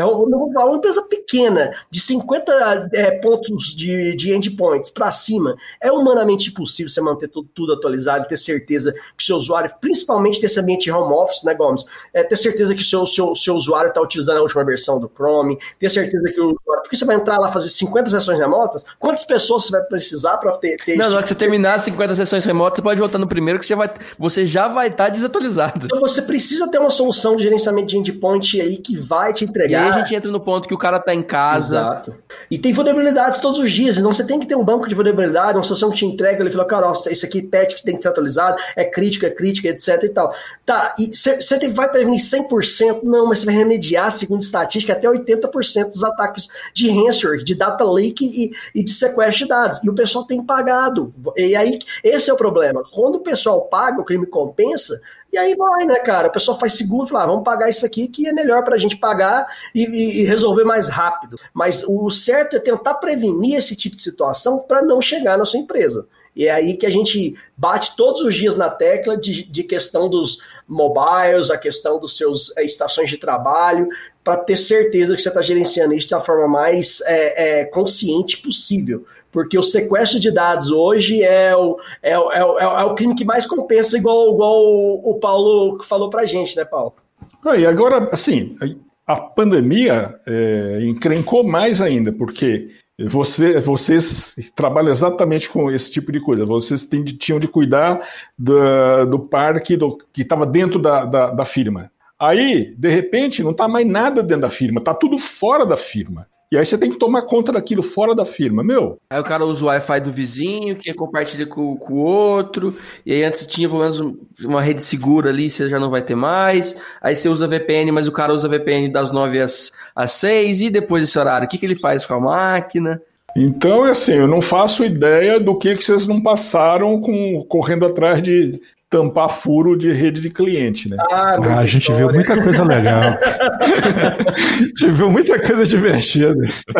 uma empresa pequena, de cinquenta é, pontos de, de endpoints para cima, é humanamente impossível você manter tudo, tudo atualizado, ter certeza que o seu usuário, principalmente nesse ambiente de home office, né, Gomes? É, ter certeza que o seu, seu, seu usuário está utilizando a última versão do Chrome, ter certeza que o usuário... Porque você vai entrar lá fazer cinquenta sessões remotas, quantas pessoas você vai precisar para ter... ter Não, na hora que você terminar as cinquenta sessões remotas, você pode voltar no primeiro que você, vai, você já vai estar tá desatualizado. Então você precisa ter uma solução de gerenciamento de endpoint aí que vai te entregar... E aí a gente entra no ponto que o cara tá em casa. Exato. E tem vulnerabilidades todos os dias, então você tem que ter um banco de vulnerabilidade, uma solução que te entrega, ele fala, cara, ó, isso aqui patch que tem que ser atualizado, é crítico, é crítico, etc e tal. Tá, e você vai prevenir cem por cento? Não, mas você vai remediar, segundo estatística, até oitenta por cento dos ataques de ransomware, de data leak e, e de sequestro de dados. E o pessoal tem pagado. E aí, esse é o problema. Quando o pessoal paga, o crime compensa, e aí vai, né, cara? O pessoal faz seguro e fala, ah, vamos pagar isso aqui que é melhor pra gente pagar e, e, e resolver mais rápido. Mas o certo é tentar prevenir esse tipo de situação para não chegar na sua empresa. E é aí que a gente bate todos os dias na tecla de, de questão dos mobiles, a questão dos seus é, estações de trabalho, para ter certeza que você está gerenciando isso da forma mais é, é, consciente possível. Porque o sequestro de dados hoje é o, é o, é o, é o crime que mais compensa, igual, igual o Paulo falou pra gente, né, Paulo? E agora, assim, a pandemia é, encrencou mais ainda, porque você, vocês trabalham exatamente com esse tipo de coisa. Vocês tem, tinham de cuidar do, do parque do, que estava dentro da, da, da firma. Aí, de repente, não está mais nada dentro da firma, está tudo fora da firma. E aí você tem que tomar conta daquilo fora da firma, meu. Aí o cara usa o Wi-Fi do vizinho, que compartilha com, com o outro, e aí antes tinha pelo menos uma rede segura ali, você já não vai ter mais. Aí você usa V P N, mas o cara usa V P N das nove às, às seis, e depois desse horário, o que, que ele faz com a máquina? Então, é assim, eu não faço ideia do que, que vocês não passaram com, correndo atrás de tampar furo de rede de cliente, né? Ah, ah a gente história. viu muita coisa legal. A gente viu muita coisa divertida.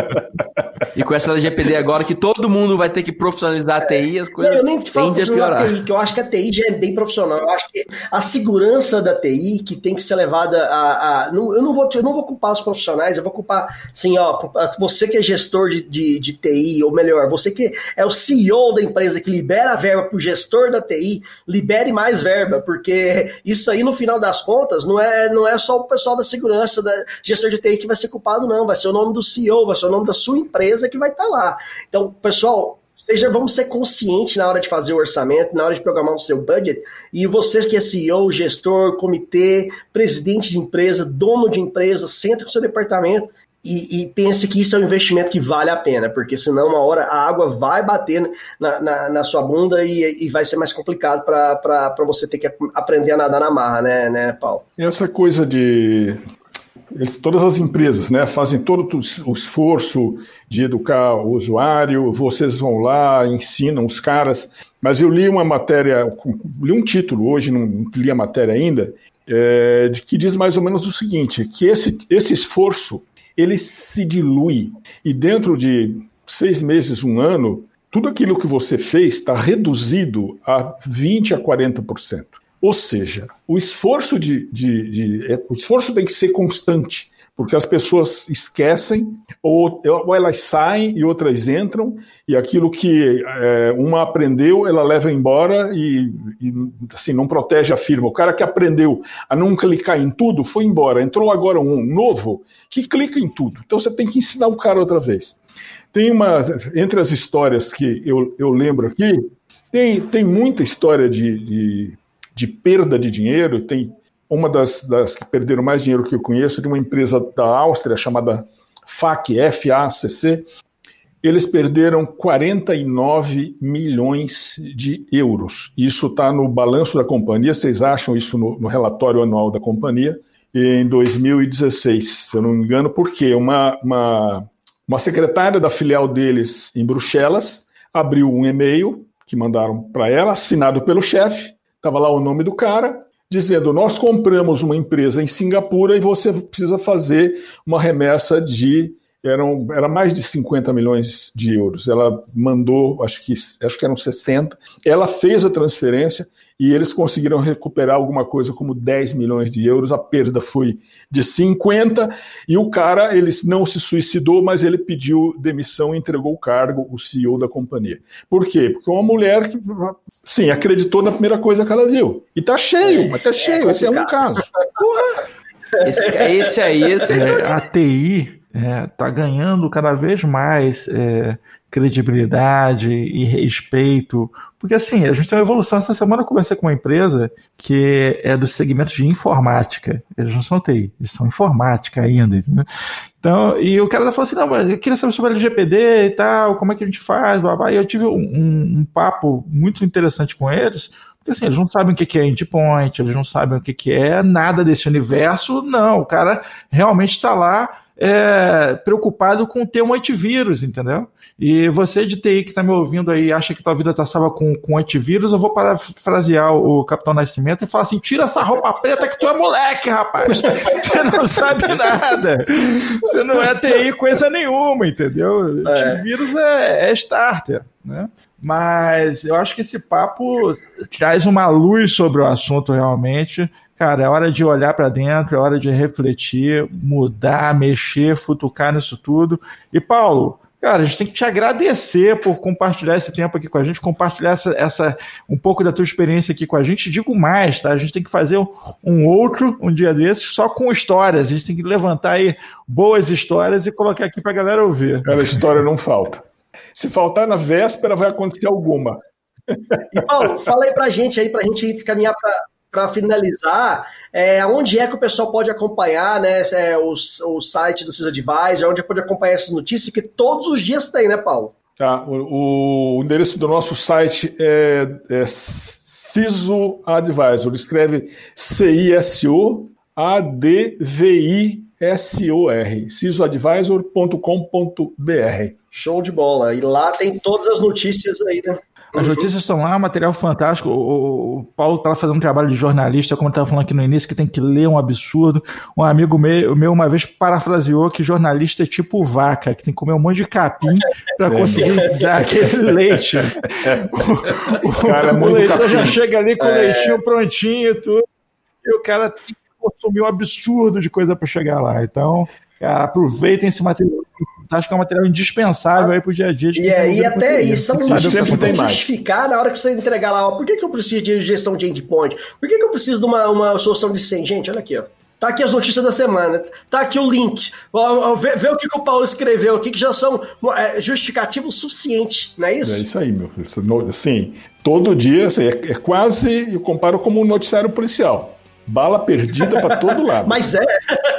E com essa L G P D agora, que todo mundo vai ter que profissionalizar a T I, as coisas eu nem te falo tendem a piorar. T I, que eu acho que a T I já é bem profissional. Eu acho que a segurança da T I que tem que ser levada a... a não, eu, não vou, eu não vou culpar os profissionais, eu vou culpar, assim, ó, você que é gestor de, de, de T I, ou melhor, você que é o C E O da empresa que libera a verba para o gestor da T I, libere mais mais verba, porque isso aí, no final das contas, não é, não é só o pessoal da segurança, da gestor de T I que vai ser culpado, não. Vai ser o nome do C E O, vai ser o nome da sua empresa empresa que vai estar lá. Então, pessoal, seja, vamos ser conscientes na hora de fazer o orçamento, na hora de programar o seu budget, e vocês que é C E O, gestor, comitê, presidente de empresa, dono de empresa, senta com o seu departamento e, e pense que isso é um investimento que vale a pena, porque senão uma hora a água vai bater na, na, na sua bunda e, e vai ser mais complicado para você ter que aprender a nadar na marra, né, né, Paulo? Essa coisa de... Eles, todas as empresas, né, fazem todo o esforço de educar o usuário, vocês vão lá, ensinam os caras, mas eu li uma matéria, li um título hoje, não li a matéria ainda, é, de que diz mais ou menos o seguinte, que esse, esse esforço, ele se dilui, e dentro de seis meses, um ano, tudo aquilo que você fez está reduzido a vinte a quarenta por cento. Ou seja, o esforço, de, de, de, é, o esforço tem que ser constante, porque as pessoas esquecem, ou, ou elas saem e outras entram, e aquilo que é, uma aprendeu, ela leva embora e, e assim, não protege a firma. O cara que aprendeu a não clicar em tudo foi embora. Entrou agora um novo que clica em tudo. Então você tem que ensinar o cara outra vez. Tem uma, entre as histórias que eu, eu lembro aqui, tem, tem muita história de... de de perda de dinheiro. Tem uma das, das que perderam mais dinheiro que eu conheço, de uma empresa da Áustria chamada F A C, F A C C, eles perderam quarenta e nove milhões de euros. Isso está no balanço da companhia, vocês acham isso no, no relatório anual da companhia, em dois mil e dezesseis, se eu não me engano, porque uma, uma, uma secretária da filial deles em Bruxelas abriu um e-mail que mandaram para ela, assinado pelo chefe. Estava lá o nome do cara, dizendo, nós compramos uma empresa em Singapura e você precisa fazer uma remessa de, eram, era mais de cinquenta milhões de euros. Ela mandou, acho que, acho que eram sessenta, ela fez a transferência e eles conseguiram recuperar alguma coisa como dez milhões de euros, a perda foi de cinquenta, e o cara, ele não se suicidou, mas ele pediu demissão e entregou o cargo, o C E O da companhia. Por quê? Porque uma mulher que, sim, acreditou na primeira coisa que ela viu. E tá cheio, mas tá cheio, é esse é um caso. Esse, esse aí, esse aí. É, a T I é, tá ganhando cada vez mais é, credibilidade e respeito, porque assim, a gente tem uma evolução. Essa semana eu conversei com uma empresa que é do segmento de informática, eles não são T I, eles são informática ainda, entendeu? Então, e o cara falou assim, não, mas eu queria saber sobre L G P D e tal, como é que a gente faz, blá, blá. E eu tive um, um, um papo muito interessante com eles, porque assim, eles não sabem o que é endpoint, eles não sabem o que é nada desse universo, não, o cara realmente está lá É, preocupado com ter um antivírus, entendeu? E você de T I que está me ouvindo aí, acha que tua vida está salva com, com antivírus, eu vou parafrasear o Capitão Nascimento e falar assim, tira essa roupa preta que tu é moleque, rapaz! Você não sabe nada! Você não é T I coisa nenhuma, entendeu? É. Antivírus é, é starter, né? Mas eu acho que esse papo traz uma luz sobre o assunto realmente. Cara, é hora de olhar para dentro, é hora de refletir, mudar, mexer, futucar nisso tudo. E, Paulo, cara, a gente tem que te agradecer por compartilhar esse tempo aqui com a gente, compartilhar essa, essa, um pouco da tua experiência aqui com a gente. Digo mais, tá? A gente tem que fazer um, um outro, um dia desses, só com histórias. A gente tem que levantar aí boas histórias e colocar aqui pra galera ouvir. Cara, a história não falta. Se faltar na véspera, vai acontecer alguma. E, Paulo, fala aí pra gente aí, pra gente caminhar pra... Para finalizar, é, onde é que o pessoal pode acompanhar, né, é, o, o site do CISAdvisor, onde pode acompanhar essas notícias, que todos os dias tem, né, Paulo? Tá, o, o endereço do nosso site é, é CISOadvisor, escreve C I S O A D V I S O R, cisoadvisor ponto com ponto b r. Show de bola, e lá tem todas as notícias aí, né? As notícias estão lá, material fantástico. O, o Paulo estava fazendo um trabalho de jornalista, como eu estava falando aqui no início, que tem que ler um absurdo. Um amigo meu, meu uma vez parafraseou que jornalista é tipo vaca, que tem que comer um monte de capim para conseguir dar aquele leite. O, o, cara, o leitor já chega ali com o é. leitinho prontinho e tudo, e o cara tem que consumir um absurdo de coisa para chegar lá. Então, cara, aproveitem esse material. Acho que é um material indispensável aí pro dia a dia. De e é, e até isso, são sempre tem justificar na hora que você entregar lá, ó, por que, que eu preciso de gestão de endpoint? Por que, que eu preciso de uma, uma solução de cem? Gente, olha aqui, ó. Tá aqui as notícias da semana, tá aqui o link. Vê, vê o que, que o Paulo escreveu aqui, que já são é, justificativos suficientes, não é isso? É isso aí, meu filho. Assim, todo dia, assim, é, é quase, eu comparo como um noticiário policial. Bala perdida para todo lado. Mas é.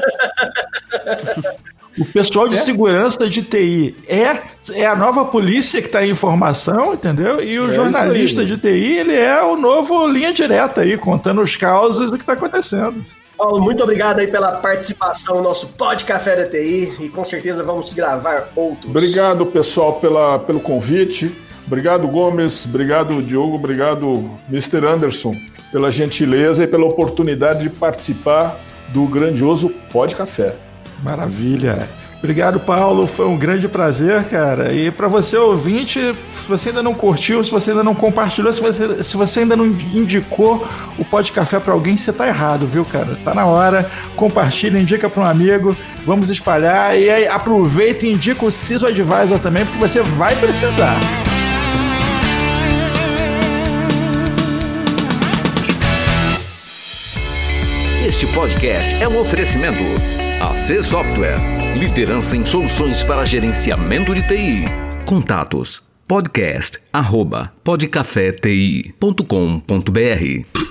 O pessoal de é? segurança de T I é, é a nova polícia que está em informação, entendeu? E o é jornalista aí, de T I, ele é o novo linha direta aí, contando os causos do que está acontecendo. Paulo, muito obrigado aí pela participação no nosso Pod Café da T I e com certeza vamos gravar outros. Obrigado, pessoal, pela, pelo convite. Obrigado, Gomes. Obrigado, Diogo. Obrigado, mister Anderson, pela gentileza e pela oportunidade de participar do grandioso Pod Café. Maravilha. Obrigado, Paulo. Foi um grande prazer, cara. E para você, ouvinte, se você ainda não curtiu, se você ainda não compartilhou, se você, se você ainda não indicou o Pod Café para alguém, você tá errado, viu, cara? Tá na hora. Compartilha, indica para um amigo. Vamos espalhar. E aí, aproveita e indica o C I S O Advisor também, porque você vai precisar. Este podcast é um oferecimento A C Software, liderança em soluções para gerenciamento de T I. Contatos podcast arroba podcafeti ponto com ponto br